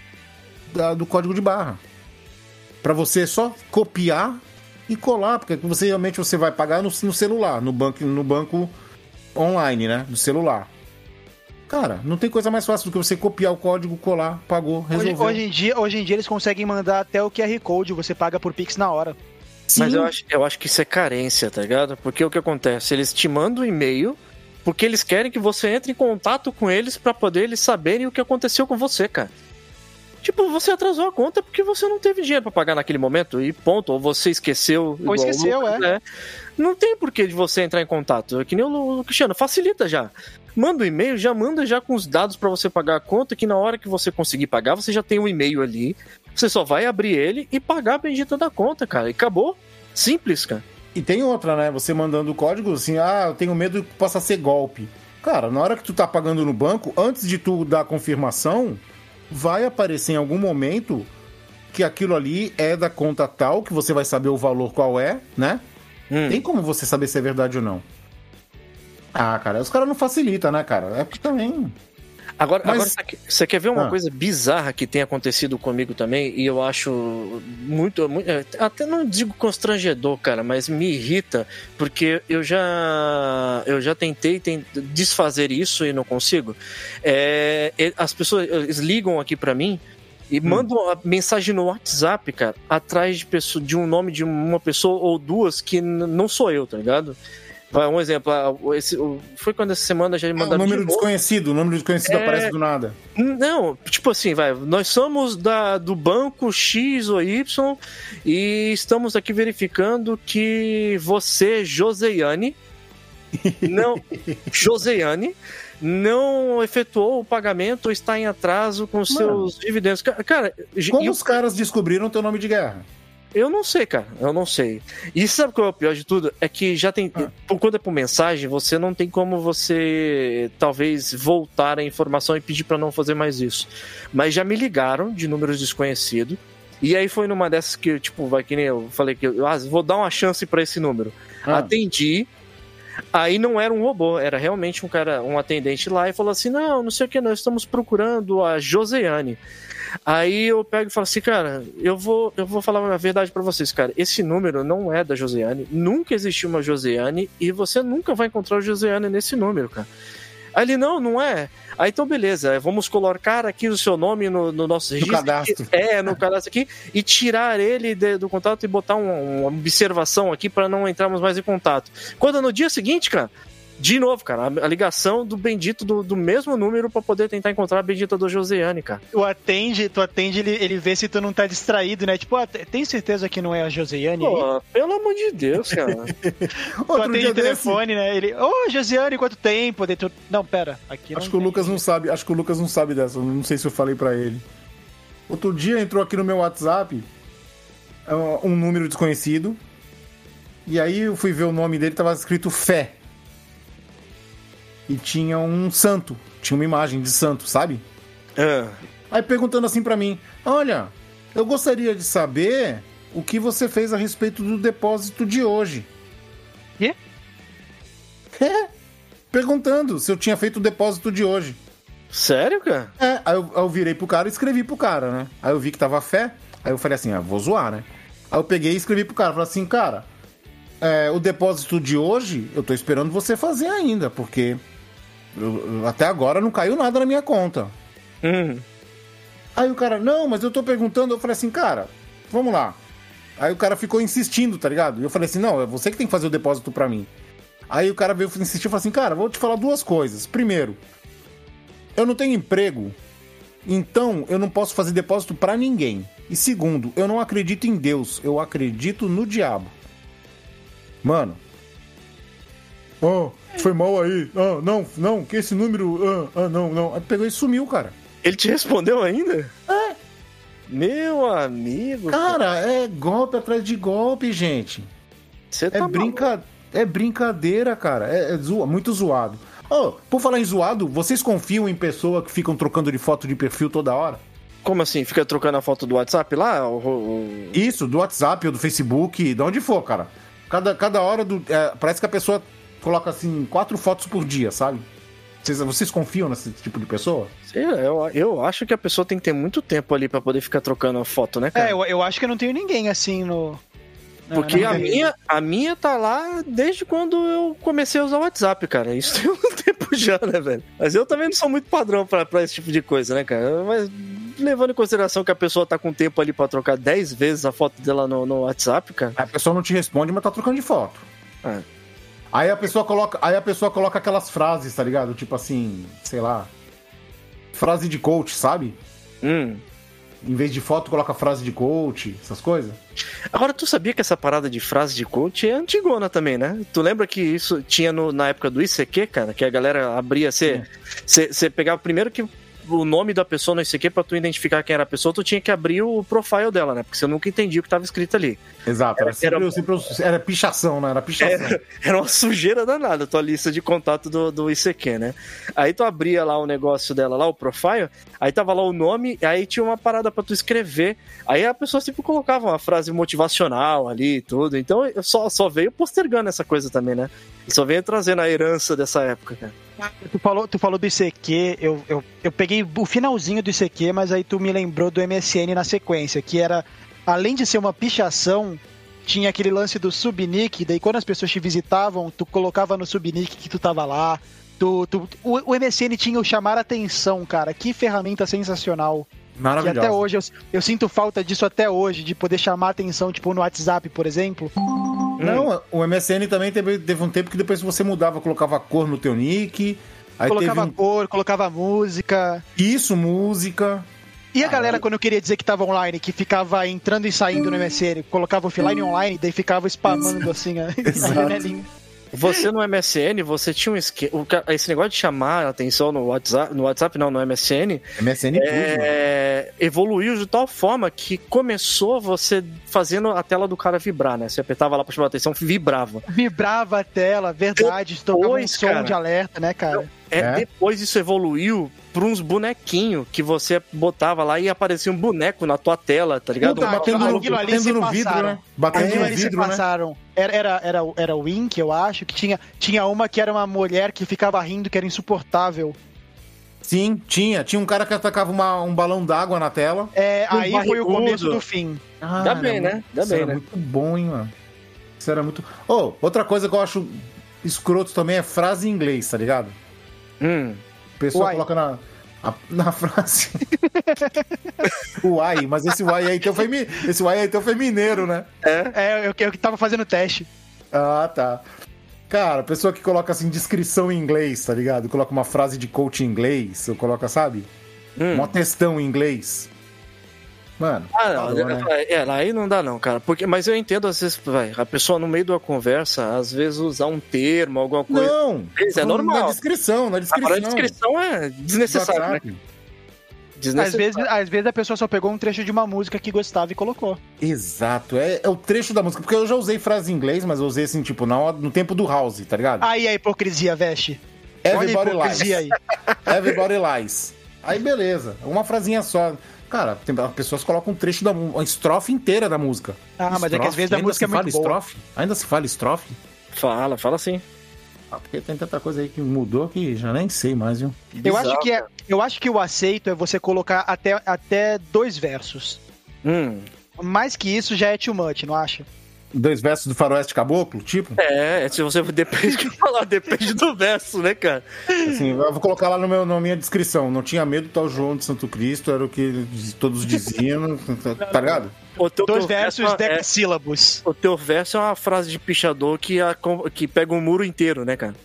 do código de barra. Pra você só copiar e colar, porque realmente você vai pagar no celular, no banco online, né? Do celular. Cara, não tem coisa mais fácil do que você copiar o código, colar, pagou, resolveu. Hoje em dia eles conseguem mandar até o QR Code, você paga por Pix na hora. Sim. Mas eu acho que isso é carência, tá ligado? Porque o que acontece? Eles te mandam um e-mail porque eles querem que você entre em contato com eles pra poder eles saberem o que aconteceu com você, cara. Tipo, você atrasou a conta porque você não teve dinheiro pra pagar naquele momento e ponto. Ou você esqueceu. Ou esqueceu, Lucas, Não tem porquê de você entrar em contato. É que nem o Cristiano, facilita já. Manda o e-mail, manda com os dados pra você pagar a conta, que na hora que você conseguir pagar, você já tem um e-mail ali. Você só vai abrir ele e pagar a bendita da conta, cara. E acabou. Simples, cara. E tem outra, né? Você mandando o código assim, eu tenho medo que possa ser golpe. Cara, na hora que tu tá pagando no banco, antes de tu dar a confirmação, vai aparecer em algum momento que aquilo ali é da conta tal, que você vai saber o valor qual é, né? Tem como você saber se é verdade ou não. Cara, os caras não facilitam, né, cara? É porque também... Agora você quer ver uma coisa bizarra que tem acontecido comigo também, e eu acho muito, até não digo constrangedor, cara, mas me irrita, porque eu já tentei desfazer isso e não consigo. As pessoas eles ligam aqui pra mim e mandam a mensagem no WhatsApp, cara, atrás de um nome de uma pessoa ou duas que não sou eu, tá ligado? Um exemplo, foi quando essa semana já mandaram. O número desconhecido aparece do nada. Não, tipo assim, nós somos do banco X ou Y e estamos aqui verificando que você, Joseiane, não efetuou o pagamento ou está em atraso com seus dividendos. Cara, como os caras descobriram teu nome de guerra? Eu não sei, cara. Eu não sei. E sabe qual é o pior de tudo? É que já tem... Quando é por mensagem, você não tem como você, talvez, voltar a informação e pedir pra não fazer mais isso. Mas já me ligaram de números desconhecidos. E aí foi numa dessas que, tipo, que nem eu falei que vou dar uma chance pra esse número. Atendi. Aí não era um robô, era realmente um atendente lá e falou assim, não sei o que, nós estamos procurando a Joseiane. Aí eu pego e falo assim, cara, eu vou falar a verdade pra vocês, cara, esse número não é da Joseiane, nunca existiu uma Joseiane e você nunca vai encontrar o Joseiane nesse número, cara. Aí ele, não é. Aí então beleza, vamos colocar aqui o seu nome no nosso registro. No cadastro. No cadastro aqui, e tirar ele do contato e botar uma observação aqui pra não entrarmos mais em contato. Quando no dia seguinte, cara, de novo, cara, a ligação do bendito do mesmo número pra poder tentar encontrar a bendita do Joseiane, cara. Tu atende, ele vê se tu não tá distraído, né? Tipo, tem certeza que não é a Joseiane aí? Pelo amor de Deus, cara. Tu atende o telefone, né? Ele, Joseiane, quanto tempo? Não, pera, aqui não. Acho que o Lucas não sabe dessa, não sei se eu falei pra ele. Outro dia entrou aqui no meu WhatsApp um número desconhecido, e aí eu fui ver o nome dele, tava escrito Fé. E tinha um santo, tinha uma imagem de santo, sabe? Aí perguntando assim pra mim, olha, eu gostaria de saber o que você fez a respeito do depósito de hoje. Quê? Perguntando se eu tinha feito o depósito de hoje. Sério, cara? Aí eu virei pro cara e escrevi pro cara, né? Aí eu vi que tava Fé, aí eu falei assim, vou zoar, né? Aí eu peguei e escrevi pro cara, falei assim, cara, o depósito de hoje eu tô esperando você fazer ainda, porque... até agora não caiu nada na minha conta. Aí o cara, não, mas eu tô perguntando. Eu falei assim, cara, vamos lá. Aí o cara ficou insistindo, tá ligado? E eu falei assim, não, é você que tem que fazer o depósito pra mim. Aí o cara veio insistir e falou assim, cara, vou te falar duas coisas. Primeiro, eu não tenho emprego, então eu não posso fazer depósito pra ninguém. E segundo, eu não acredito em Deus, eu acredito no diabo. Mano, foi mal aí. Não, que esse número... não. Aí pegou e sumiu, cara. Ele te respondeu ainda? Meu amigo. Cara, é golpe atrás de golpe, gente. Você tá É brincadeira, cara. Muito zoado. Por falar em zoado, vocês confiam em pessoas que ficam trocando de foto de perfil toda hora? Como assim? Fica trocando a foto do WhatsApp lá? Isso, do WhatsApp ou do Facebook, de onde for, cara. Cada hora parece que a pessoa coloca assim 4 fotos por dia, sabe? Vocês confiam nesse tipo de pessoa? Eu acho que a pessoa tem que ter muito tempo ali pra poder ficar trocando a foto, né, cara? Eu acho que eu não tenho ninguém assim no... Porque a minha tá lá desde quando eu comecei a usar o WhatsApp, cara. Isso tem um tempo já, né, velho? Mas eu também não sou muito padrão pra esse tipo de coisa, né, cara? Mas levando em consideração que a pessoa tá com tempo ali pra trocar 10 vezes a foto dela no WhatsApp, cara... A pessoa não te responde, mas tá trocando de foto. Aí a pessoa coloca aquelas frases, tá ligado? Tipo assim, sei lá, frase de coach, sabe? Em vez de foto, coloca frase de coach, essas coisas. Agora, tu sabia que essa parada de frase de coach é antigona também, né? Tu lembra que isso tinha na época do ICQ, cara? Que a galera abria, você pegava primeiro que o nome da pessoa no ICQ, pra tu identificar quem era a pessoa, tu tinha que abrir o profile dela, né? Porque você nunca entendia o que tava escrito ali. Exato, era pichação, né? Era pichação. Era uma sujeira danada a tua lista de contato do ICQ, né? Aí tu abria lá o negócio dela, lá o profile, aí tava lá o nome, aí tinha uma parada pra tu escrever, aí a pessoa sempre colocava uma frase motivacional ali e tudo, então só veio postergando essa coisa também, né? Só veio trazendo a herança dessa época, cara. Tu falou do ICQ, eu peguei o finalzinho do ICQ, mas aí tu me lembrou do MSN na sequência, que era, além de ser uma pichação, tinha aquele lance do subnick, daí quando as pessoas te visitavam, tu colocava no subnick que tu tava lá. O MSN tinha o chamar atenção, cara, que ferramenta sensacional. Maravilhoso. Que até hoje, eu sinto falta disso até hoje, de poder chamar atenção, tipo no WhatsApp, por exemplo. Não, o MSN também teve um tempo que depois você mudava, colocava cor no teu nick. Aí colocava cor, colocava música. Isso, música. E a galera, quando eu queria dizer que tava online, que ficava entrando e saindo no MSN, colocava offline online, daí ficava spamando assim, a janelinha. Você no MSN, você tinha um esquema. Esse negócio de chamar a atenção no WhatsApp não, no MSN. MSN evoluiu de tal forma que começou você fazendo a tela do cara vibrar, né? Você apertava lá pra chamar a atenção, vibrava. Vibrava a tela, verdade. Tocava um som de alerta, né, cara? Depois isso evoluiu pra uns bonequinhos que você botava lá e aparecia um boneco na tua tela, tá ligado? Batendo no vidro, né? Batendo no vidro, né? Passaram. Era o Wink, eu acho, que tinha uma que era uma mulher que ficava rindo, que era insuportável. Sim, tinha um cara que atacava um balão d'água na tela. Aí foi o começo do fim. Dá bem, né? Isso era muito bom, hein, mano? Isso era muito... Outra coisa que eu acho escroto também é frase em inglês, tá ligado? O pessoal coloca na frase uai, mas esse uai aí teu foi mineiro, né? Eu que tava fazendo teste. Ah, tá. Cara, a pessoa que coloca assim, descrição em inglês, tá ligado? Coloca uma frase de coach em inglês, ou coloca, sabe? Um textão em inglês. Mano, aí não dá não, cara. Mas eu entendo, às vezes, a pessoa no meio de uma conversa, às vezes usar um termo, alguma coisa. Não, é normal. Na descrição. Agora a descrição é desnecessária, né? Às vezes a pessoa só pegou um trecho de uma música que gostava e colocou. Exato, é o trecho da música. Porque eu já usei frase em inglês, mas eu usei assim, tipo, no tempo do house, tá ligado? Aí a hipocrisia, veste. Everybody Olha a hipocrisia lies. aí. Everybody lies. Aí beleza, uma frasinha só. Cara, as pessoas colocam um trecho uma estrofe inteira da música. Mas é que às vezes a música é muito boa. Estrofe? Ainda se fala estrofe? Fala sim. Porque tem tanta coisa aí que mudou que já nem sei mais, viu? Eu acho que o aceito é você colocar até 2 versos. Mais que isso já é too much, não acha? 2 versos do Faroeste Caboclo, tipo? Se você depende do verso, né, cara? Assim, eu vou colocar lá na minha descrição. Não tinha medo do tal João de Santo Cristo, era o que todos diziam, tá ligado? 2 versos, 10 sílabos. O teu verso é uma frase de pichador que pega um muro inteiro, né, cara?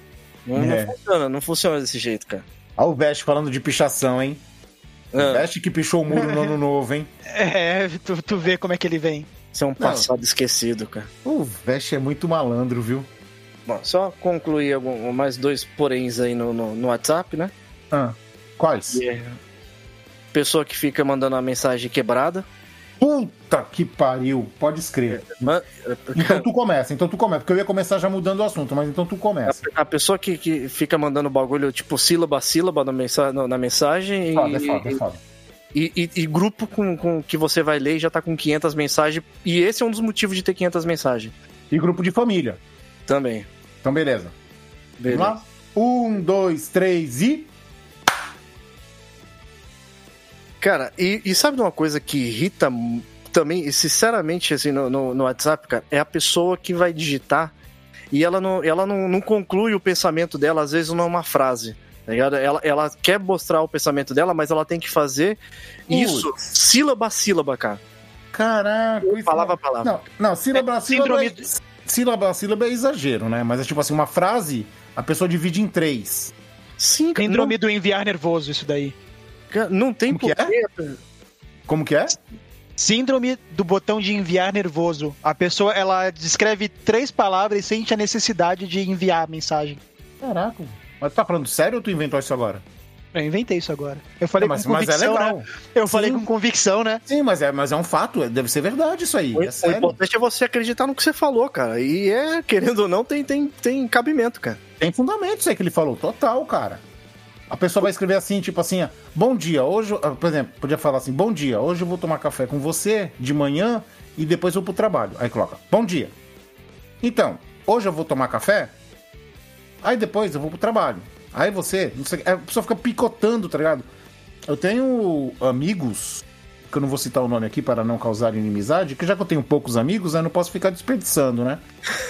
Não funciona desse jeito, cara. Olha o Veste falando de pichação, hein? O Veste que pichou o muro no ano novo, hein? Tu vê como é que ele vem. Isso é um passado esquecido, cara. O Veste é muito malandro, viu? Bom, só concluir mais 2 poréns aí no WhatsApp, né? Quais? Pessoa que fica mandando uma mensagem quebrada. Puta que pariu, pode escrever. Então tu começa, porque eu ia começar já mudando o assunto, mas então tu começa. A pessoa que fica mandando bagulho tipo sílaba a sílaba na mensagem. É foda. E grupo com que você vai ler e já tá com 500 mensagens. E esse é um dos motivos de ter 500 mensagens. E grupo de família. Também. Então beleza. Vamos lá? 1, 2, 3 e... Cara, e sabe uma coisa que irrita também, sinceramente, assim, no WhatsApp, cara? É a pessoa que vai digitar e ela não conclui o pensamento dela, às vezes, numa frase. Tá ligado? Ela quer mostrar o pensamento dela, mas ela tem que fazer isso sílaba a sílaba, cara. Caraca. Palavra a palavra. Não, sílaba a sílaba. sílaba a sílaba é exagero, né? Mas é tipo assim, uma frase, a pessoa divide em 3. Sim, Síndrome do enviar nervoso, isso daí. Não tem Como que porquê. Como que é? Síndrome do botão de enviar nervoso. A pessoa, ela descreve 3 palavras e sente a necessidade de enviar a mensagem. Caraca. Mas tu tá falando sério ou tu inventou isso agora? Eu inventei isso agora. Eu falei Mas com convicção, é legal. né? Eu Sim. falei com convicção, né? Sim, mas é um fato, deve ser verdade isso aí. É O sério. importante é você acreditar no que você falou, cara. E querendo ou não, tem cabimento, cara. Tem fundamento isso aí que ele falou, total, cara. A pessoa vai escrever assim, tipo assim, bom dia, hoje... Por exemplo, podia falar assim, bom dia, hoje eu vou tomar café com você de manhã e depois eu vou pro trabalho. Aí coloca, bom dia. Então, hoje eu vou tomar café, aí depois eu vou pro trabalho. Aí você, não sei, a pessoa fica picotando, tá ligado? Eu tenho amigos, que eu não vou citar o nome aqui para não causar inimizade, que já que eu tenho poucos amigos, eu não posso ficar desperdiçando, né?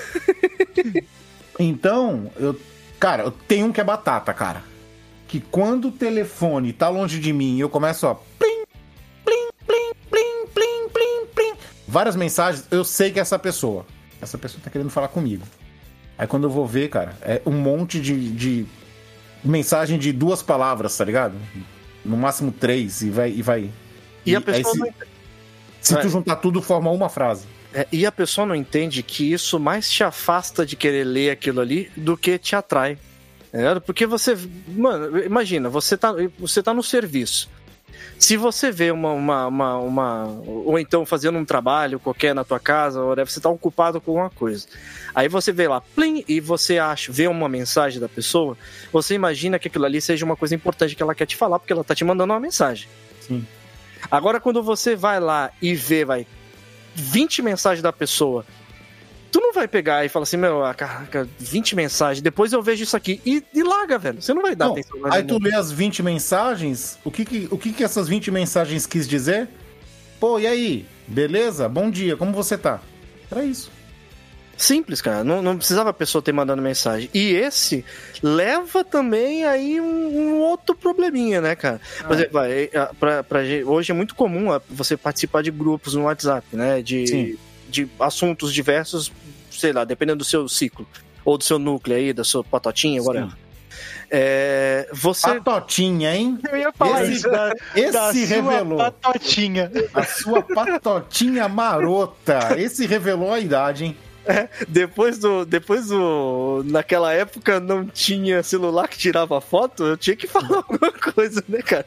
Então, eu tenho um que é batata, cara. Que quando o telefone tá longe de mim e eu começo a plim, plim, plim, plim, plim, plim, plim, várias mensagens, eu sei que é essa pessoa tá querendo falar comigo. Aí quando eu vou ver, cara, é um monte de mensagem de 2 palavras, tá ligado? No máximo 3 e vai. E a pessoa se tu juntar tudo, forma uma frase. E a pessoa não entende que isso mais te afasta de querer ler aquilo ali do que te atrai. Porque você... Mano, imagina, você tá no serviço. Se você vê ou então fazendo um trabalho qualquer na tua casa, ou você tá ocupado com alguma coisa. Aí você vê lá, plim, e você vê uma mensagem da pessoa, você imagina que aquilo ali seja uma coisa importante que ela quer te falar, porque ela tá te mandando uma mensagem. Sim. Agora, quando você vai lá e vê, 20 mensagens da pessoa, tu não vai pegar e falar assim, caraca, 20 mensagens, depois eu vejo isso aqui, e larga, velho. Você não vai dar atenção. Aí tu lê as 20 mensagens, o que essas 20 mensagens quis dizer? Pô, e aí? Beleza? Bom dia, como você tá? Era isso. Simples, cara. Não precisava a pessoa ter mandando mensagem. E esse leva também aí um outro probleminha, né, cara? Por exemplo, hoje é muito comum você participar de grupos no WhatsApp, né? De assuntos diversos, sei lá, dependendo do seu ciclo. Ou do seu núcleo aí, da sua patotinha, agora. Patotinha, hein? Eu ia falar isso. Esse revelou. Patotinha. A sua patotinha marota. Esse revelou a idade, hein? Depois do... Naquela época não tinha celular que tirava foto, eu tinha que falar alguma coisa, né, cara?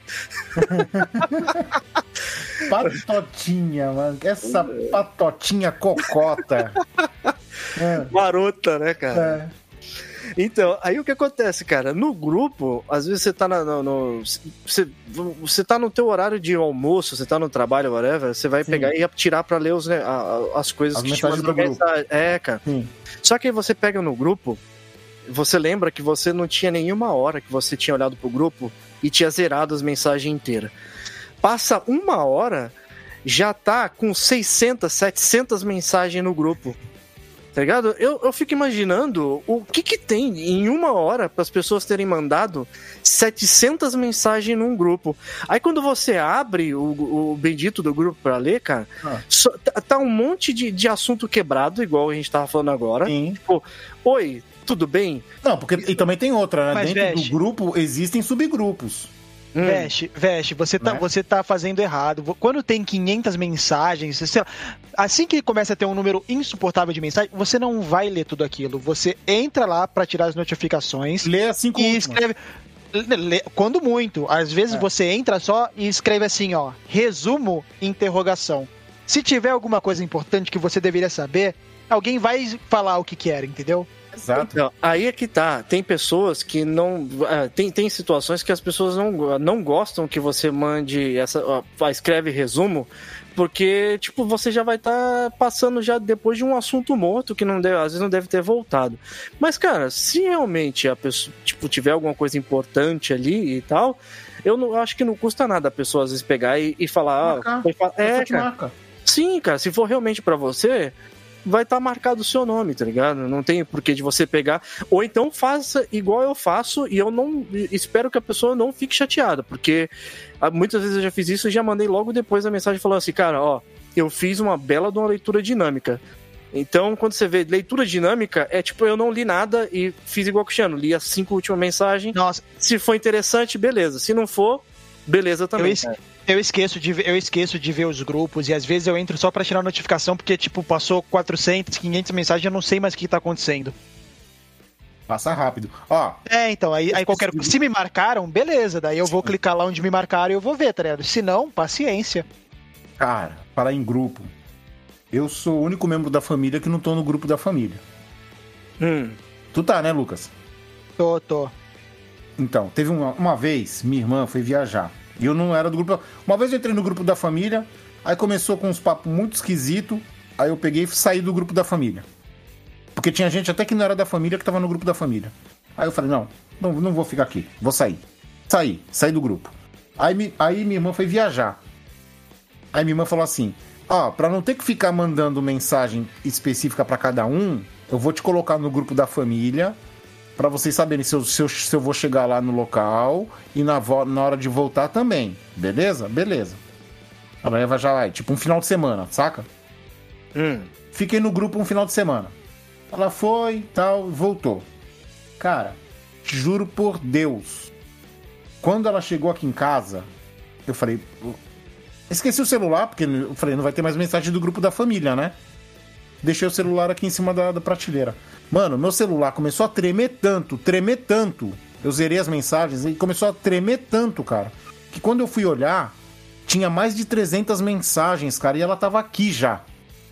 Patotinha, mano. Essa patotinha cocota. Marota, né, cara? Então, aí o que acontece, cara? No grupo, às vezes você tá você tá no teu horário de almoço, você tá no trabalho, whatever, você vai pegar e tirar pra ler as coisas as que te mensagens mandam do grupo. mensagem. Cara. Sim. Só que aí você pega no grupo, você lembra que você não tinha nenhuma hora que você tinha olhado pro grupo e tinha zerado as mensagens inteiras. Passa 1 hora, já tá com 600, 700 mensagens no grupo. Tá ligado? Eu fico imaginando o que tem em 1 hora para as pessoas terem mandado 700 mensagens num grupo. Aí quando você abre o bendito do grupo para ler, cara, tá um monte de assunto quebrado, igual a gente tava falando agora. Sim. Tipo, oi, tudo bem? Não, porque e também tem outra, né? Mas dentro do grupo existem subgrupos. Veste, você tá fazendo errado. Quando tem 500 mensagens, sei lá, assim que começa a ter um número insuportável de mensagens, você não vai ler tudo aquilo. Você entra lá pra tirar as notificações. Lê as 5 e escreve. Quando muito. Às vezes você entra só e escreve assim, ó, resumo, interrogação. Se tiver alguma coisa importante que você deveria saber, alguém vai falar o que quer, entendeu? Exato. Então, aí é que tá. Tem pessoas que não... Tem situações que as pessoas não gostam que você mande escreve resumo, porque, tipo, você já vai estar passando já depois de um assunto morto que às vezes não deve ter voltado. Mas, cara, se realmente a pessoa, tipo, tiver alguma coisa importante ali e tal, eu acho que não custa nada a pessoa, às vezes, pegar e falar... Marca. Sim, cara, se for realmente pra você... vai estar marcado o seu nome, tá ligado? Não tem porquê de você pegar. Ou então faça igual eu faço e eu não espero que a pessoa não fique chateada, porque muitas vezes eu já fiz isso e já mandei logo depois a mensagem falando assim, cara, ó, eu fiz uma bela de uma leitura dinâmica. Então, quando você vê leitura dinâmica, é tipo, eu não li nada e fiz igual o Cristiano, li as 5 últimas mensagens. Nossa. Se for interessante, beleza. Se não for, beleza também. Eu esqueço de ver os grupos e às vezes eu entro só pra tirar a notificação porque, tipo, passou 400, 500 mensagens e eu não sei mais o que tá acontecendo. Passa rápido. Ó. Então, aí qualquer... Se me marcaram, beleza, daí eu vou clicar lá onde me marcaram e eu vou ver, tá ligado? Se não, paciência. Cara, falar em grupo, eu sou o único membro da família que não tô no grupo da família. Tu tá, né, Lucas? Tô. Então, teve uma vez, minha irmã foi viajar. E eu não era do grupo. Uma vez eu entrei no grupo da família, aí começou com uns papos muito esquisitos, aí eu peguei e saí do grupo da família. Porque tinha gente até que não era da família que tava no grupo da família. Aí eu falei, não vou ficar aqui, vou sair. Saí do grupo. Aí minha irmã foi viajar. Aí minha irmã falou assim, pra não ter que ficar mandando mensagem específica pra cada um, eu vou te colocar no grupo da família, pra vocês saberem se eu vou chegar lá no local e na hora de voltar também. Beleza? Beleza. Ela vai já lá, tipo um final de semana, saca? Fiquei no grupo um final de semana. Ela foi, tal, voltou. Cara, te juro por Deus, quando ela chegou aqui em casa, eu falei... Esqueci o celular, porque eu falei, não vai ter mais mensagem do grupo da família, né? Deixei o celular aqui em cima da prateleira. Mano, meu celular começou a tremer tanto. Eu zerei as mensagens e começou a tremer tanto, cara, que quando eu fui olhar, tinha mais de 300 mensagens, cara, e ela tava aqui já.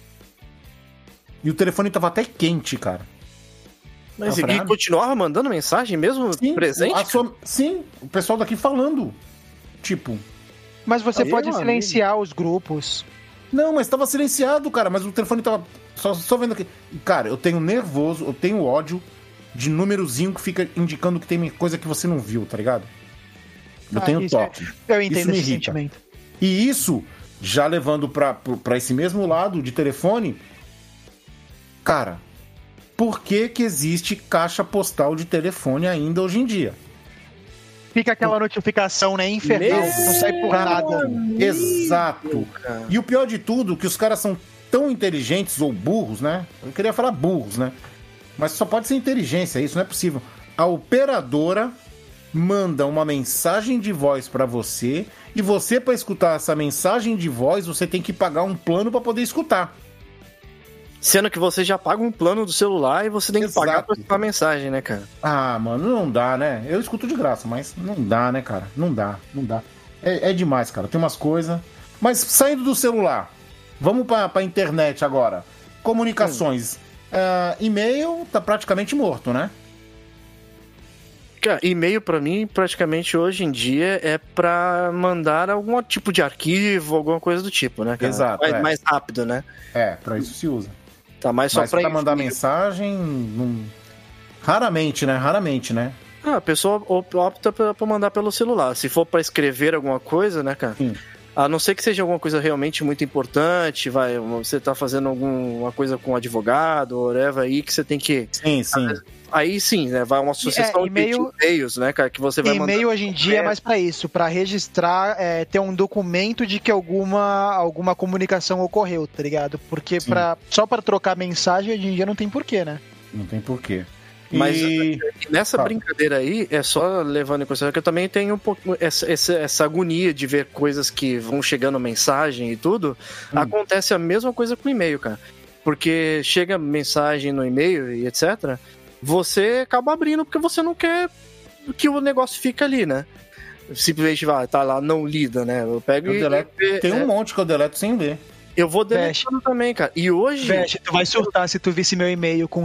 E o telefone tava até quente, cara. Mas e continuava mandando mensagem mesmo presente? Sim, o pessoal daqui falando. Tipo... Mas você pode silenciar os grupos. Não, mas tava silenciado, cara. Mas o telefone tava... Só vendo aqui. Cara, eu tenho nervoso, eu tenho ódio de númerozinho que fica indicando que tem coisa que você não viu, tá ligado? Eu tenho toque. Eu entendo esse sentimento. E isso, já levando pra esse mesmo lado de telefone... Cara, por que existe caixa postal de telefone ainda hoje em dia? Fica aquela notificação, né? Infernal, não sai por nada. Exato. E o pior de tudo, que os caras são tão inteligentes ou burros, né? Eu queria falar burros, né? Mas só pode ser inteligência, isso não é possível. A operadora manda uma mensagem de voz pra você e você, pra escutar essa mensagem de voz, você tem que pagar um plano pra poder escutar. Sendo que você já paga um plano do celular e você tem que pagar pra escutar a mensagem, né, cara? Mano, não dá, né? Eu escuto de graça, mas não dá, né, cara? Não dá. É demais, cara. Tem umas coisas... Mas saindo do celular, vamos pra internet agora. Comunicações. E-mail tá praticamente morto, né? Cara, e-mail pra mim, praticamente hoje em dia, é pra mandar algum tipo de arquivo, alguma coisa do tipo, né, cara? Exato. Mais rápido, né? Pra isso se usa. Tá mais só pra mandar mensagem, raramente, né? A pessoa opta pra mandar pelo celular. Se for pra escrever alguma coisa, né, cara? Sim. A não ser que seja alguma coisa realmente muito importante, você tá fazendo alguma coisa com um advogado, whatever, aí que você tem que... Sim. Aí sim, né? Vai uma sucessão de e-mails, né, cara, que você vai mandar. E-mail hoje em dia é mais pra isso, pra registrar, ter um documento de que alguma comunicação ocorreu, tá ligado? Porque só pra trocar mensagem hoje em dia não tem porquê, né? Não tem porquê. Mas nessa brincadeira aí, é só levando em consideração que eu também tenho um pouco essa agonia de ver coisas que vão chegando mensagem e tudo. Acontece a mesma coisa com o e-mail, cara. Porque chega mensagem no e-mail e etc., você acaba abrindo porque você não quer que o negócio fique ali, né? Simplesmente tá lá não lida, né? Eu pego tem um monte que eu deleto sem ler. Eu vou deletando também, cara. E hoje... Veste, tu vai surtar se tu visse meu e-mail com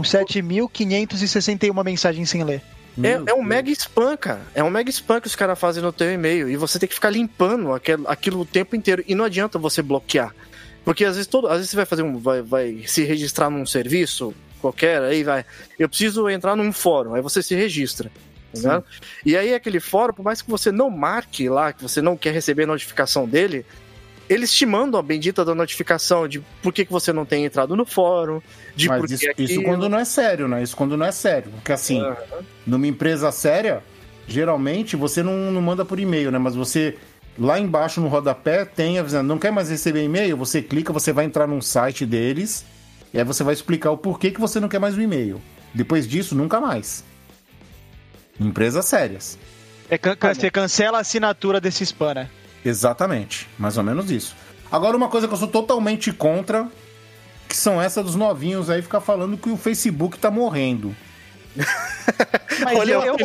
7.561 mensagens sem ler. É um mega spam, cara. É um mega spam que os caras fazem no teu e-mail. E você tem que ficar limpando aquilo o tempo inteiro. E não adianta você bloquear. Porque às vezes você vai fazer vai se registrar num serviço qualquer, aí vai... Eu preciso entrar num fórum. Aí você se registra. Tá? E aí aquele fórum, por mais que você não marque lá, que você não quer receber a notificação dele... Eles te mandam a bendita da notificação de por que você não tem entrado no fórum, de mas por que isso quando não é sério, né? Isso quando não é sério. Porque assim, numa empresa séria, geralmente você não manda por e-mail, né? Mas você, lá embaixo no rodapé, tem avisando, não quer mais receber e-mail? Você clica, você vai entrar num site deles E aí você vai explicar o porquê que você não quer mais o e-mail. Depois disso, nunca mais. Empresas sérias. Você cancela a assinatura desse spam, né? Exatamente, mais ou menos isso. Agora, uma coisa que eu sou totalmente contra, que são essas dos novinhos aí ficar falando que o Facebook tá morrendo. Mas Olha eu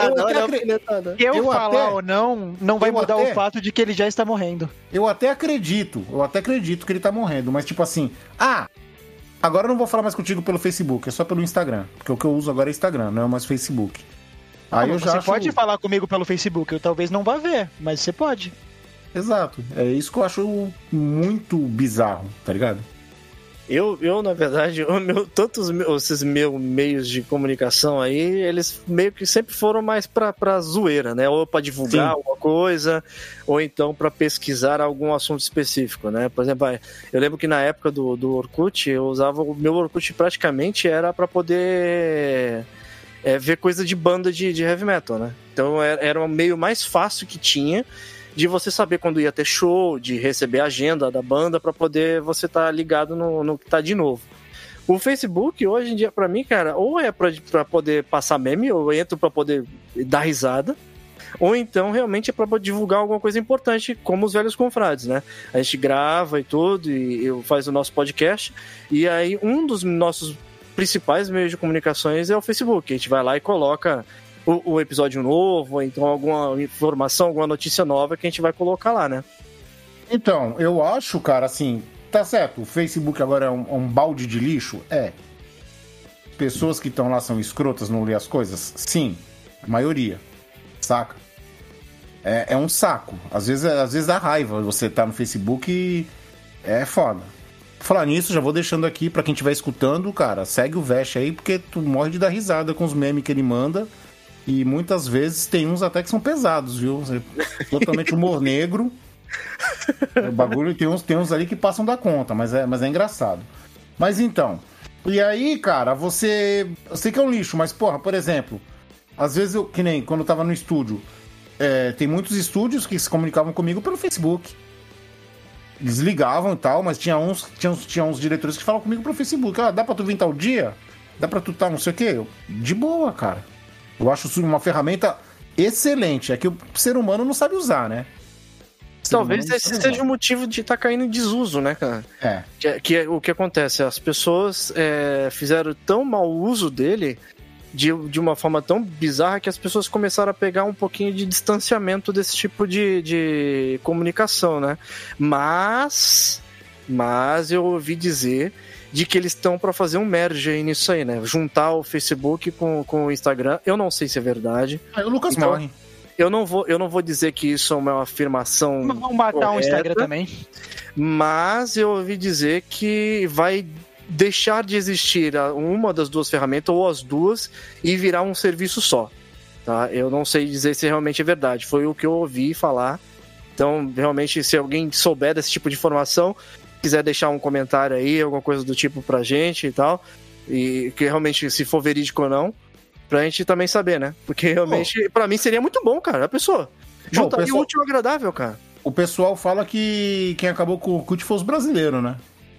falar até- ou não vai eu mudar até- o fato de que ele já está morrendo. Eu até acredito que ele tá morrendo, mas tipo assim, agora eu não vou falar mais contigo pelo Facebook, é só pelo Instagram, porque o que eu uso agora é Instagram, não é mais Facebook. Aí eu já Você acho... pode falar comigo pelo Facebook, eu talvez não vá ver, mas você pode. Exato, é isso que eu acho muito bizarro, tá ligado? Eu na verdade, todos esses meus meios de comunicação aí, eles meio que sempre foram mais pra zoeira, né? Ou pra divulgar alguma coisa, ou então pra pesquisar algum assunto específico, né? Por exemplo, eu lembro que na época do Orkut, eu usava o meu Orkut praticamente era pra poder ver coisa de banda de heavy metal, né? Então era o meio mais fácil que tinha de você saber quando ia ter show, de receber a agenda da banda pra poder você estar ligado no que tá de novo. O Facebook, hoje em dia, pra mim, cara, ou é pra poder passar meme, ou eu entro pra poder dar risada, ou então realmente é pra divulgar alguma coisa importante, como os velhos confrades, né? A gente grava e tudo, e faz o nosso podcast, e aí um dos nossos principais meios de comunicações é o Facebook. A gente vai lá e coloca o episódio novo, ou então alguma informação, alguma notícia nova que a gente vai colocar lá, né? Então, eu acho, cara, assim, tá certo, o Facebook agora é um balde de lixo? É. Pessoas que estão lá são escrotas, não lê as coisas? Sim, a maioria, saca? É um saco. Às vezes dá raiva você tá no Facebook e é foda. Por falar nisso, já vou deixando aqui pra quem estiver escutando, cara, segue o Vesh aí, porque tu morre de dar risada com os memes que ele manda. E muitas vezes tem uns até que são pesados, viu? Totalmente humor negro. O bagulho tem uns ali que passam da conta, mas é engraçado. Mas então, e aí, cara, eu sei que é um lixo, mas porra, por exemplo, às vezes que nem quando eu tava no estúdio, tem muitos estúdios que se comunicavam comigo pelo Facebook. Eles ligavam e tal, mas tinha uns diretores que falavam comigo pelo Facebook. Dá pra tu vir tal dia? Dá pra tu tá não sei o quê? De boa, cara. Eu acho isso uma ferramenta excelente. É que o ser humano não sabe usar, né? Talvez esse seja o motivo de estar caindo em desuso, né, cara? O que acontece? As pessoas fizeram tão mau uso dele de uma forma tão bizarra que as pessoas começaram a pegar um pouquinho de distanciamento desse tipo de comunicação, né? Mas eu ouvi dizer de que eles estão para fazer um merge aí nisso aí, né? Juntar o Facebook com o Instagram. Eu não sei se é verdade. O Lucas morre. Eu não vou dizer que isso é uma afirmação. Vão matar o Instagram também. Mas eu ouvi dizer que vai deixar de existir uma das duas ferramentas ou as duas e virar um serviço só. Tá? Eu não sei dizer se realmente é verdade. Foi o que eu ouvi falar. Então, realmente, se alguém souber desse tipo de informação, quiser deixar um comentário aí, alguma coisa do tipo pra gente e tal, e que realmente, se for verídico ou não, pra gente também saber, né? Porque realmente, pra mim seria muito bom, cara, a pessoa juntaria o útil ao agradável, cara. O pessoal fala que quem acabou com o Orkut foi os brasileiros, né?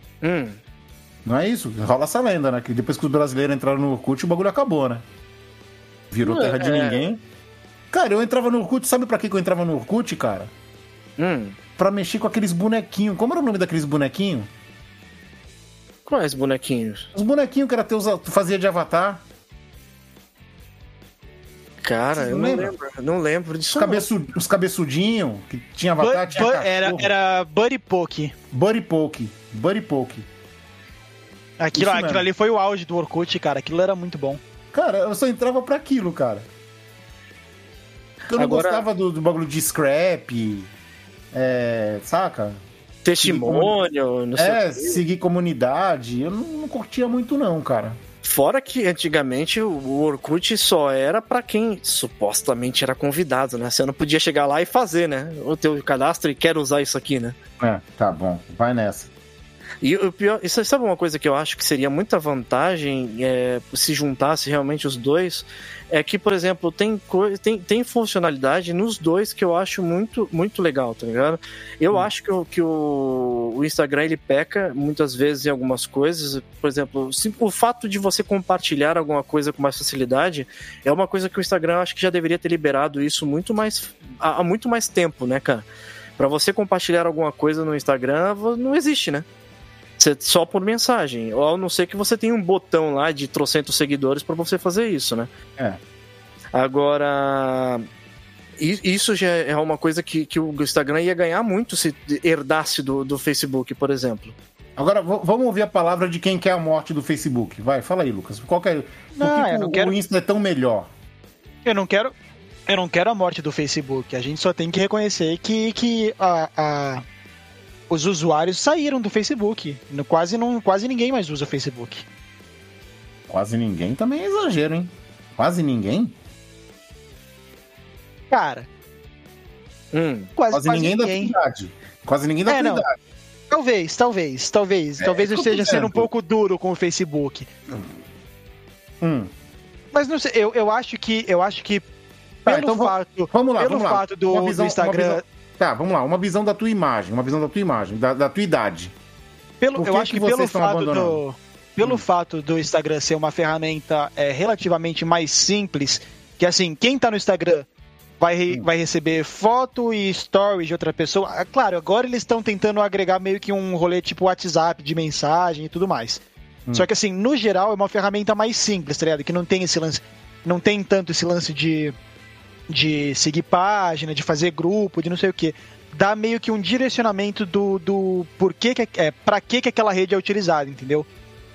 Não é isso? Rola essa lenda, né? Que depois que os brasileiros entraram no Orkut, o bagulho acabou, né? Virou terra de ninguém. Cara, eu entrava no Orkut, sabe pra que eu entrava no Orkut, cara? Pra mexer com aqueles bonequinhos. Como era o nome daqueles bonequinhos? Quais bonequinhos? Os bonequinhos que era tu fazia de avatar. Cara, eu não lembro disso. Os cabeçudinhos, que tinha avatar, tinha cachorro. Era Buddy Poke. Buddy Poke. Aquilo ali foi o auge do Orkut, cara. Aquilo era muito bom. Cara, eu só entrava pra aquilo, cara. Eu não gostava do bagulho de scrap, saca? Testemunho, não sei. Seguir comunidade. Eu não curtia muito não, cara. Fora que antigamente o Orkut só era pra quem supostamente era convidado, né? Você não podia chegar lá e fazer, né? O teu cadastro e quero usar isso aqui, né? Tá bom. Vai nessa. E o pior, e sabe uma coisa que eu acho que seria muita vantagem se juntasse realmente os dois? É que, por exemplo, tem funcionalidade nos dois que eu acho muito, muito legal, tá ligado? Eu acho que o Instagram ele peca muitas vezes em algumas coisas. Por exemplo, o fato de você compartilhar alguma coisa com mais facilidade é uma coisa que o Instagram acho que já deveria ter liberado isso há muito mais tempo, né, cara? Pra você compartilhar alguma coisa no Instagram, não existe, né? Só por mensagem. Ou a não ser que você tenha um botão lá de 300 seguidores pra você fazer isso, né? Agora, isso já é uma coisa que o Instagram ia ganhar muito se herdasse do Facebook, por exemplo. Agora, vamos ouvir a palavra de quem quer a morte do Facebook. Vai, fala aí, Lucas. Por que o Insta é tão melhor? Eu não quero a morte do Facebook. A gente só tem que reconhecer que os usuários saíram do Facebook. Quase ninguém mais usa o Facebook. Quase ninguém também é exagero, hein? Quase ninguém? Cara. Quase ninguém da tua idade. Quase ninguém da tua idade. Talvez eu esteja sendo um pouco duro com o Facebook. Mas não sei, eu acho que pelo fato do Instagram... Tá, vamos lá, uma visão da tua imagem, da tua idade. Eu acho que pelo fato do Instagram ser uma ferramenta relativamente mais simples, que assim, quem tá no Instagram vai receber foto e stories de outra pessoa. Claro, agora eles estão tentando agregar meio que um rolê tipo WhatsApp de mensagem e tudo mais. Só que assim, no geral, é uma ferramenta mais simples, tá ligado? Que não tem esse lance, não tem tanto esse lance de seguir página, de fazer grupo, de não sei o que. Dá meio que um direcionamento do porquê pra que aquela rede é utilizada, entendeu?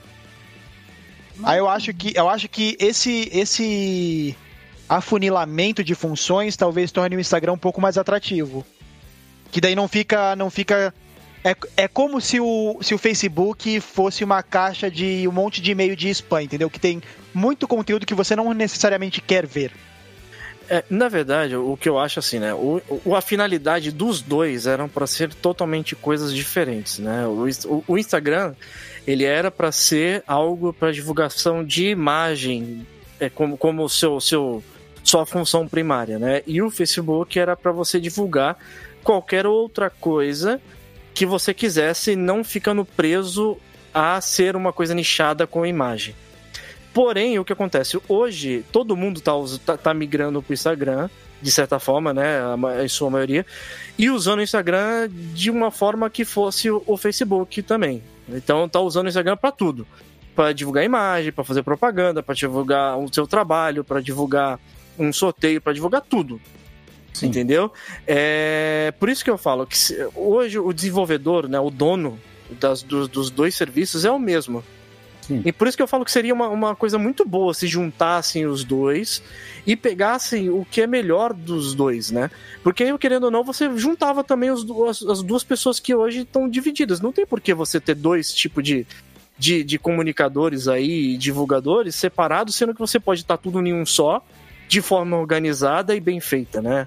Aí eu acho que esse afunilamento de funções talvez torne o Instagram um pouco mais atrativo. Que daí não fica é como se o Facebook fosse uma caixa de um monte de e-mail de spam, entendeu? Que tem muito conteúdo que você não necessariamente quer ver. Na verdade, o que eu acho assim, né? A finalidade dos dois eram para ser totalmente coisas diferentes, né? O Instagram, ele era para ser algo para divulgação de imagem, como sua função primária, né? E o Facebook era para você divulgar qualquer outra coisa que você quisesse, não ficando preso a ser uma coisa nichada com imagem. Porém, o que acontece? Hoje, todo mundo tá migrando pro Instagram, de certa forma, né? Em sua maioria, e usando o Instagram de uma forma que fosse o Facebook também. Então, tá usando o Instagram para tudo. Para divulgar imagem, para fazer propaganda, para divulgar o seu trabalho, para divulgar um sorteio, para divulgar tudo. Sim. Entendeu? Por isso que eu falo que hoje o desenvolvedor, né, o dono dos dois serviços é o mesmo. Sim. E por isso que eu falo que seria uma coisa muito boa se juntassem os dois e pegassem o que é melhor dos dois, né? Porque, querendo ou não, você juntava também as duas pessoas que hoje estão divididas. Não tem por que você ter dois tipos de comunicadores aí, divulgadores separados, sendo que você pode estar tudo em um só, de forma organizada e bem feita, né?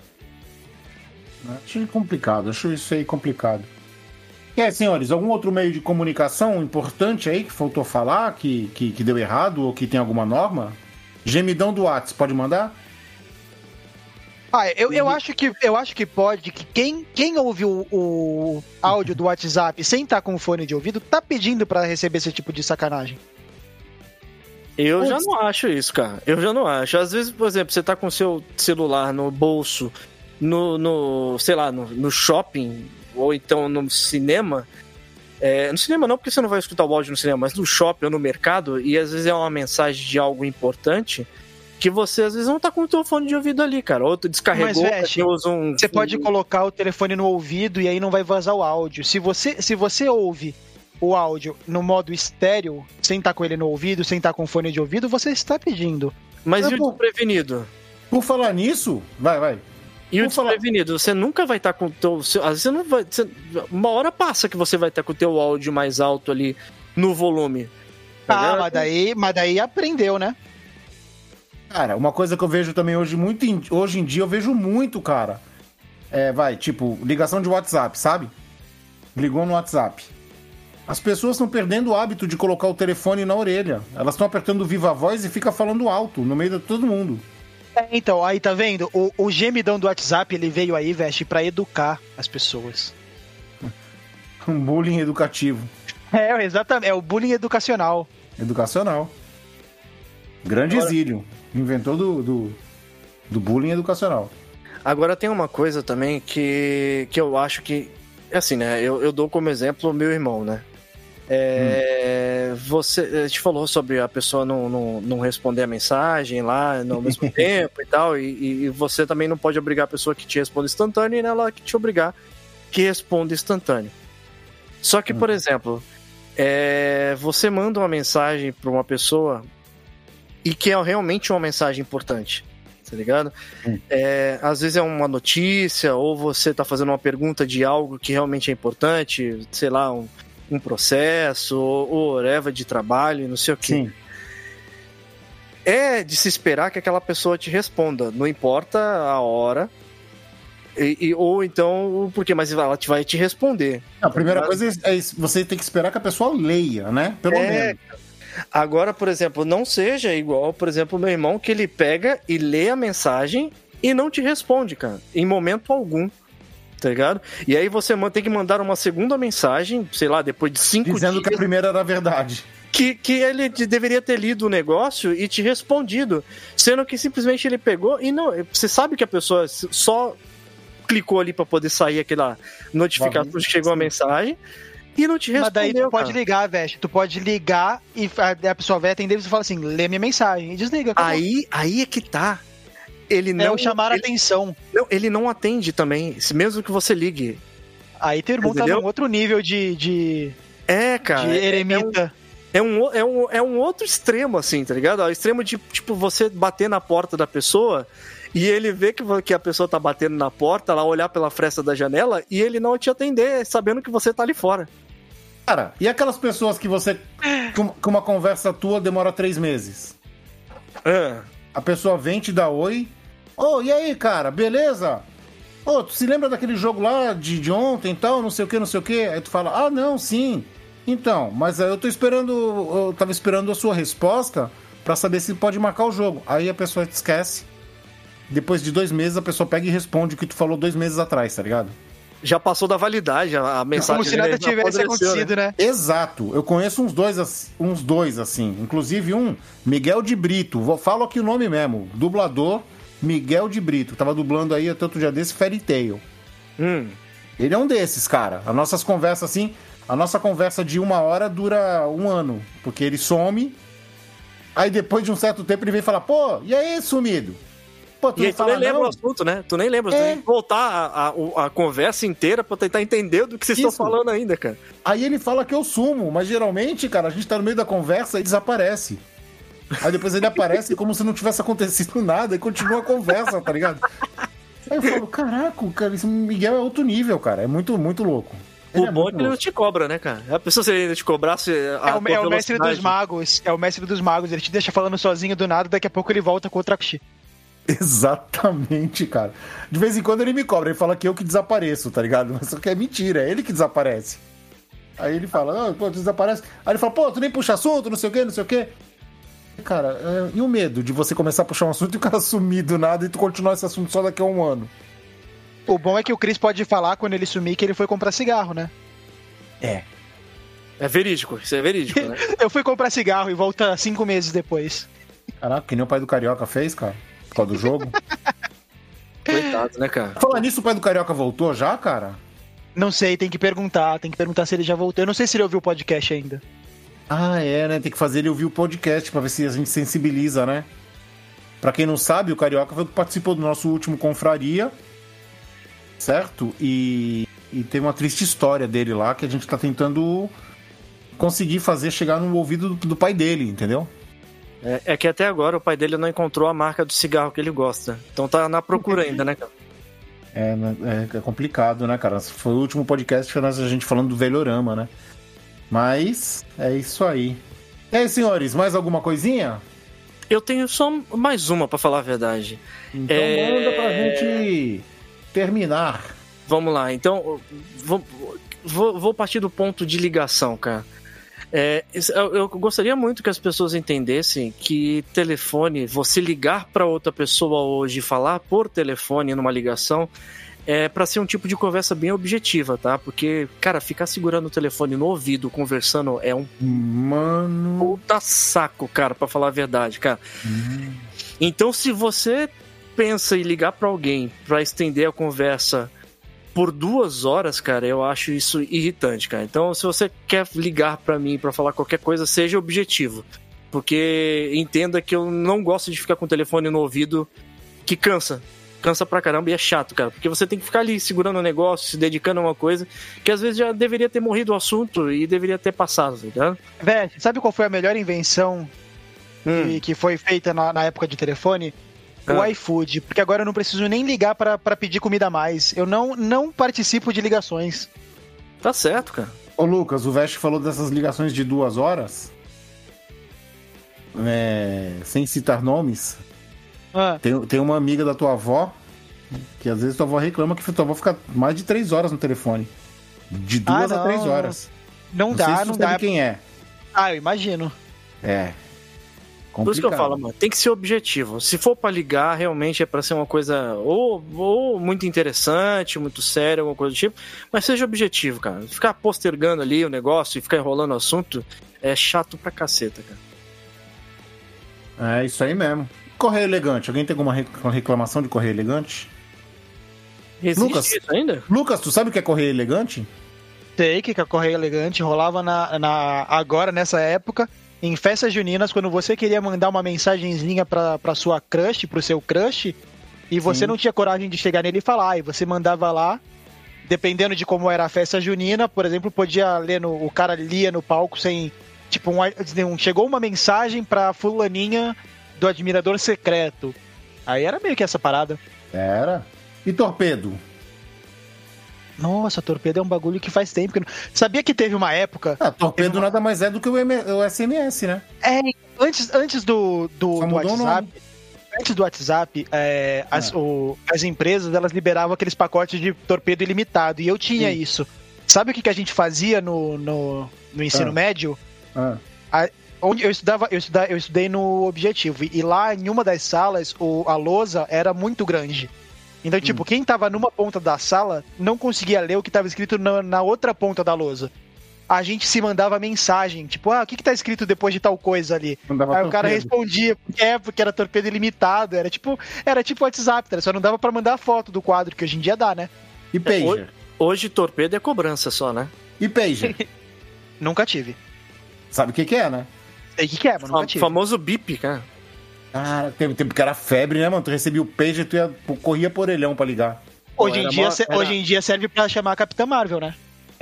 Acho isso aí complicado. E aí, senhores, algum outro meio de comunicação importante aí que faltou falar, que deu errado ou que tem alguma norma? Gemidão do WhatsApp, pode mandar? Eu acho que pode, que quem ouve o áudio do WhatsApp sem estar com fone de ouvido, tá pedindo pra receber esse tipo de sacanagem. Eu já não acho isso, cara. Eu já não acho. Às vezes, por exemplo, você tá com o seu celular no bolso, sei lá, no shopping, ou então no cinema. No cinema não, porque você não vai escutar o áudio no cinema, mas no shopping ou no mercado, e às vezes é uma mensagem de algo importante que você às vezes não tá com o teu fone de ouvido ali, cara. Ou tu descarregou, você pode colocar o telefone no ouvido e aí não vai vazar o áudio. Se você ouve o áudio no modo estéreo, sem estar com ele no ouvido, sem estar com fone de ouvido, você está pedindo. Mas e o desprevenido? Por falar nisso, vai. E o desprevenido, você nunca vai estar com o teu... Às vezes você não vai... Uma hora passa que você vai estar com o teu áudio mais alto ali no volume. Tá, mas daí aprendeu, né? Cara, uma coisa que eu vejo também hoje em dia, eu vejo muito, cara. Tipo, ligação de WhatsApp, sabe? Ligou no WhatsApp. As pessoas estão perdendo o hábito de colocar o telefone na orelha. Elas estão apertando o viva voz e fica falando alto, no meio de todo mundo. Então, aí tá vendo? O gemidão do WhatsApp, ele veio aí, Veste, pra educar as pessoas. Um bullying educativo. Exatamente. É o bullying educacional. Educacional. Grande exílio. Inventor do bullying educacional. Agora tem uma coisa também que eu acho que... Assim, né? Eu dou como exemplo o meu irmão, né? A gente falou sobre a pessoa não responder a mensagem lá no mesmo tempo e tal, e você também não pode obrigar a pessoa que te responde instantâneo e ela que te obrigar que responda instantâneo. Só que, por exemplo, você manda uma mensagem para uma pessoa e que é realmente uma mensagem importante, tá ligado? Às vezes é uma notícia, ou você tá fazendo uma pergunta de algo que realmente é importante, sei lá, um processo, ou erva de trabalho, não sei o quê. Sim. É de se esperar que aquela pessoa te responda, não importa a hora, ou então, porque mas ela vai te responder. A primeira coisa é você tem que esperar que a pessoa leia, né? Pelo menos. Agora, por exemplo, não seja igual, por exemplo, o meu irmão, que ele pega e lê a mensagem e não te responde, cara, em momento algum, tá ligado? E aí você tem que mandar uma segunda mensagem, sei lá, depois de 5 dias... Dizendo que a primeira era verdade. Que ele deveria ter lido o negócio e te respondido, sendo que simplesmente ele pegou e não... Você sabe que a pessoa só clicou ali pra poder sair aquela notificação que chegou a mensagem... E não te respondeu, mas daí tu pode ligar, Veste. Tu pode ligar e a pessoa vai atender e você fala assim, lê minha mensagem e desliga. Acabou. Aí é que tá. Ele não... chamar a atenção. Não, ele não atende também, mesmo que você ligue. Aí teu irmão tá num outro nível de cara. De eremita. É um outro extremo, assim, tá ligado? É o extremo de, tipo, você bater na porta da pessoa... E ele vê que a pessoa tá batendo na porta, lá olhar pela fresta da janela e ele não te atender, sabendo que você tá ali fora. Cara, e aquelas pessoas que você... que uma conversa tua demora 3 meses? A pessoa vem te dá oi. E aí, cara, beleza? Tu se lembra daquele jogo lá de ontem e tal, não sei o que? Aí tu fala, não, sim. Então, mas aí eu tava esperando a sua resposta pra saber se pode marcar o jogo. Aí a pessoa te esquece. Depois de 2 meses, a pessoa pega e responde o que tu falou 2 meses atrás, tá ligado? Já passou da validade, a mensagem... Como se nada tivesse acontecido, né? Exato. Eu conheço uns dois assim. Inclusive Miguel de Brito. Falo aqui o nome mesmo. Dublador Miguel de Brito. Tava dublando aí até outro dia desse, Fairy Tail. Ele é um desses, cara. A nossa conversa de 1 hora dura 1 ano. Porque ele some. Aí depois de um certo tempo ele vem falar, e aí, sumido? E aí tu nem lembra o assunto, né? Tu nem lembra. Tu tem que voltar a conversa inteira pra tentar entender do que vocês estão falando ainda, cara. Aí ele fala que eu sumo, mas geralmente, cara, a gente tá no meio da conversa e desaparece. Aí depois ele aparece como se não tivesse acontecido nada e continua a conversa, tá ligado? Aí eu falo, caraca, cara, esse Miguel é outro nível, cara. É muito, muito louco. O bom é que ele não te cobra, né, cara? A pessoa, se ele ainda te cobrasse... É o mestre dos magos. É o mestre dos magos. Ele te deixa falando sozinho do nada, daqui a pouco ele volta com outra Akushi. Exatamente, cara. De vez em quando ele me cobra, ele fala que eu que desapareço, tá ligado? Mas só que é mentira, é ele que desaparece. Aí ele fala, tu desaparece. Aí ele fala, tu nem puxa assunto, não sei o quê. Cara, e o medo de você começar a puxar um assunto e o cara sumir do nada e tu continuar esse assunto só daqui a 1 ano? O bom é que o Chris pode falar quando ele sumir que ele foi comprar cigarro, né? É verídico, isso é verídico, né? Eu fui comprar cigarro e volta 5 meses depois. Caraca, que nem o pai do Carioca fez, cara. Por causa do jogo. Coitado, né, cara? Falar nisso, o pai do Carioca voltou já, cara? Não sei, tem que perguntar se ele já voltou. Eu não sei se ele ouviu o podcast ainda. Né? Tem que fazer ele ouvir o podcast pra ver se a gente sensibiliza, né? Pra quem não sabe, o Carioca foi o que participou do nosso último Confraria, certo? E tem uma triste história dele lá que a gente tá tentando conseguir fazer chegar no ouvido do pai dele, entendeu? É que até agora o pai dele não encontrou a marca do cigarro que ele gosta. Então tá na procura ainda, né, cara? É complicado, né, cara? Foi o último podcast que a gente falando do Velhorama, né? Mas é isso aí. E aí, senhores, mais alguma coisinha? Eu tenho só mais uma, pra falar a verdade. Então manda pra gente terminar. Vamos lá, então, vou partir do ponto de ligação, cara. Eu gostaria muito que as pessoas entendessem que telefone, você ligar para outra pessoa hoje, falar por telefone numa ligação, é para ser um tipo de conversa bem objetiva, tá? Porque, cara, ficar segurando o telefone no ouvido, conversando, é um puta saco, cara, pra falar a verdade, cara. Então, se você pensa em ligar para alguém para estender a conversa por 2 horas, cara, eu acho isso irritante, cara. Então, se você quer ligar pra mim pra falar qualquer coisa, seja objetivo. Porque entenda que eu não gosto de ficar com o telefone no ouvido, que cansa. Cansa pra caramba e é chato, cara. Porque você tem que ficar ali segurando o negócio, se dedicando a uma coisa que às vezes já deveria ter morrido o assunto e deveria ter passado, tá? Véi, sabe qual foi a melhor invenção que foi feita na época de telefone? O iFood, porque agora eu não preciso nem ligar pra pedir comida a mais. Eu não participo de ligações. Tá certo, cara. Ô Lucas, o Vest falou dessas ligações de 2 horas. Sem citar nomes. Tem uma amiga da tua avó que às vezes tua avó reclama que tua avó fica mais de 3 horas no telefone. De 2 a 3 horas. Não dá, sei se não tu dá. sabe quem é. Eu imagino. Por isso que eu falo, mano, tem que ser objetivo. Se for pra ligar, realmente é pra ser uma coisa ou muito interessante, muito séria, alguma coisa do tipo, mas seja objetivo, cara. Ficar postergando ali o negócio e ficar enrolando o assunto é chato pra caceta, cara. É isso aí mesmo. Correio elegante. Alguém tem alguma reclamação de correio elegante? Existe Lucas, isso ainda? Lucas, tu sabe o que é correio elegante? Sei que a correio elegante rolava agora, nessa época, em festas juninas, quando você queria mandar uma mensagenzinha pra sua crush, pro seu crush, e você não tinha coragem de chegar nele e falar, e você mandava lá, dependendo de como era a festa junina, por exemplo, podia ler o cara lia no palco sem, tipo, chegou uma mensagem pra fulaninha do admirador secreto. Aí era meio que essa parada. Era. E torpedo? Nossa, torpedo é um bagulho que faz tempo que não... Sabia que teve uma época... Torpedo nada mais é do que o SMS, né? Antes do WhatsApp... Antes do WhatsApp, as empresas, elas liberavam aqueles pacotes de torpedo ilimitado. E eu tinha isso. Sabe o que a gente fazia no ensino médio? Onde eu estudei no Objetivo. E lá, em uma das salas, a lousa era muito grande. Então, tipo, quem tava numa ponta da sala não conseguia ler o que tava escrito na outra ponta da lousa. A gente se mandava mensagem, tipo, o que tá escrito depois de tal coisa ali? Aí o cara respondia, porque era torpedo ilimitado, era tipo WhatsApp, só não dava pra mandar a foto do quadro, que hoje em dia dá, né? E pager? Hoje torpedo é cobrança só, né? E pager? Nunca tive. Sabe o que é, né? Sei o que é, mas nunca tive. O famoso bip, cara. Cara, teve tempo que era febre, né, mano? Tu recebia o pager e tu corria por orelhão pra ligar. Hoje em dia serve pra chamar a Capitã Marvel, né?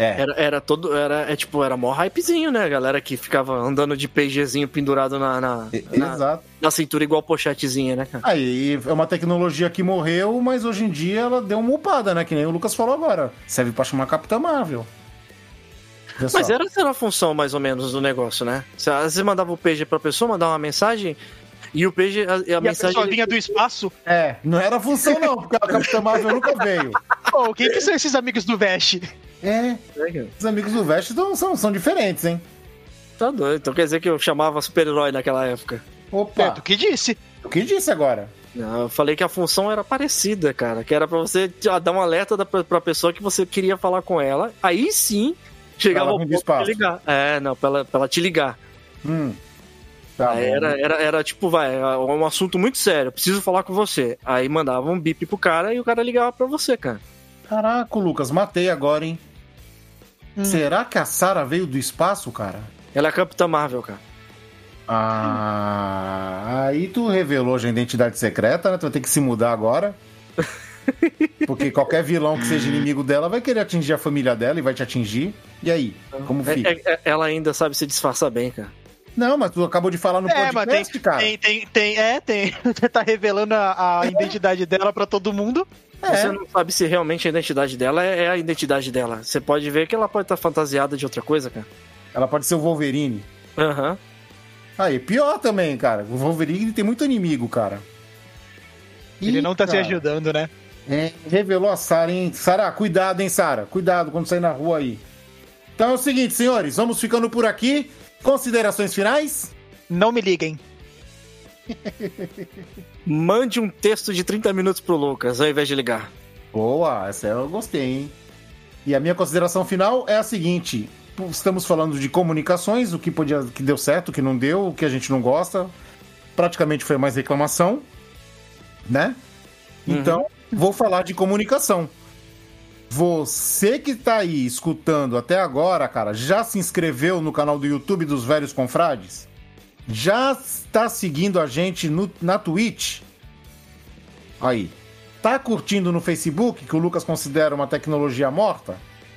Era mó hypezinho, né? A galera que ficava andando de pagerzinho pendurado na cintura igual pochetezinha, né, cara? Aí é uma tecnologia que morreu, mas hoje em dia ela deu uma upada, né? Que nem o Lucas falou agora. Serve pra chamar a Capitã Marvel. Mas era a função, mais ou menos, do negócio, né? Você mandava o pager pra pessoa, mandava uma mensagem... E o pager, a mensagem... a pessoa vinha do espaço? Não era a função não, porque a Capitã Marvel nunca veio. Pô, quem que são esses amigos do Vest? Os amigos do Vest são diferentes, hein? Tá doido, então quer dizer que eu chamava super-herói naquela época. Opa! Tu que disse? O que disse agora? Não, eu falei que a função era parecida, cara. Que era pra você dar um alerta pra pessoa que você queria falar com ela. Aí sim, chegava o ponto pra ligar. Pra ela te ligar. Tá era tipo, um assunto muito sério, eu preciso falar com você. Aí mandava um bip pro cara e o cara ligava pra você, cara. Caraca, Lucas, matei agora, hein? Será que a Sarah veio do espaço, cara? Ela é a Capitã Marvel, cara. Aí tu revelou já a identidade secreta, né? Tu vai ter que se mudar agora. Porque qualquer vilão que seja inimigo dela vai querer atingir a família dela e vai te atingir. E aí? Como fica? Ela ainda sabe se disfarçar bem, cara. Não, mas tu acabou de falar no podcast, mas cara. Tem. Você tá revelando a identidade dela pra todo mundo. Você não sabe se realmente a identidade dela é a identidade dela. Você pode ver que ela pode estar fantasiada de outra coisa, cara. Ela pode ser o Wolverine. Aham. Aí, pior também, cara. O Wolverine tem muito inimigo, cara. Ele não tá se ajudando, né? Revelou a Sara, hein? Sara, cuidado, hein, Sara? Cuidado quando sair na rua aí. Então é o seguinte, senhores, vamos ficando por aqui. Considerações finais? Não me liguem. Mande um texto de 30 minutos pro Lucas, ao invés de ligar. Boa, essa eu gostei, hein? E a minha consideração final é a seguinte: estamos falando de comunicações, o que deu certo, o que não deu, o que a gente não gosta. Praticamente foi mais reclamação, né? Então, vou falar de comunicação. Você que tá aí escutando até agora, cara, já se inscreveu no canal do YouTube dos Velhos Confrades? Já está seguindo a gente na Twitch? Aí. Tá curtindo no Facebook, que o Lucas considera uma tecnologia morta?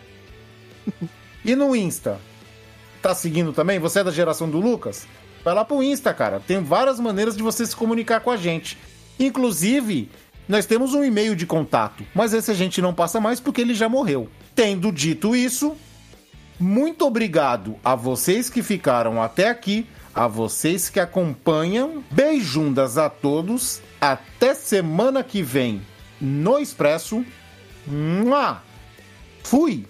E no Insta? Tá seguindo também? Você é da geração do Lucas? Vai lá pro Insta, cara. Tem várias maneiras de você se comunicar com a gente. Inclusive, nós temos um e-mail de contato, mas esse a gente não passa mais porque ele já morreu. Tendo dito isso, muito obrigado a vocês que ficaram até aqui, a vocês que acompanham. Beijundas a todos. Até semana que vem no Expresso. Fui!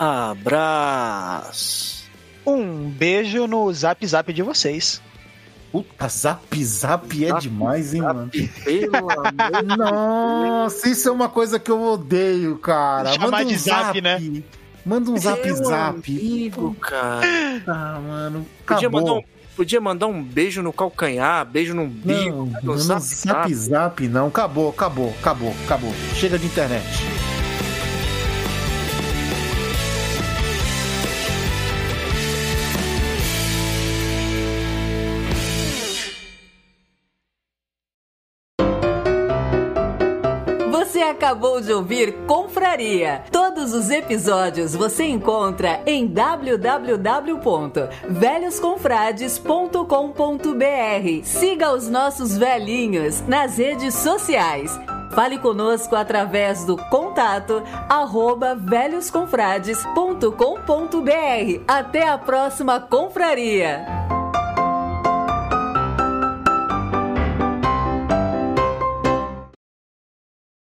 Abraço! Um beijo no Zap Zap de vocês. Puta, Zap Zap é demais, hein, mano? Pelo amor. Nossa, isso é uma coisa que eu odeio, cara. Chamar Manda um de zap, né? Manda um Zap Meu Zap. amigo, cara. Ah, mano. Podia mandar um beijo no calcanhar, beijo no bico. Não, Zap Zap não. Acabou. Chega de internet. Você acabou de ouvir Confraria. Todos os episódios você encontra em www.velhosconfrades.com.br. Siga os nossos velhinhos nas redes sociais. Fale conosco através do contato @velhosconfrades.com.br. Até a próxima confraria!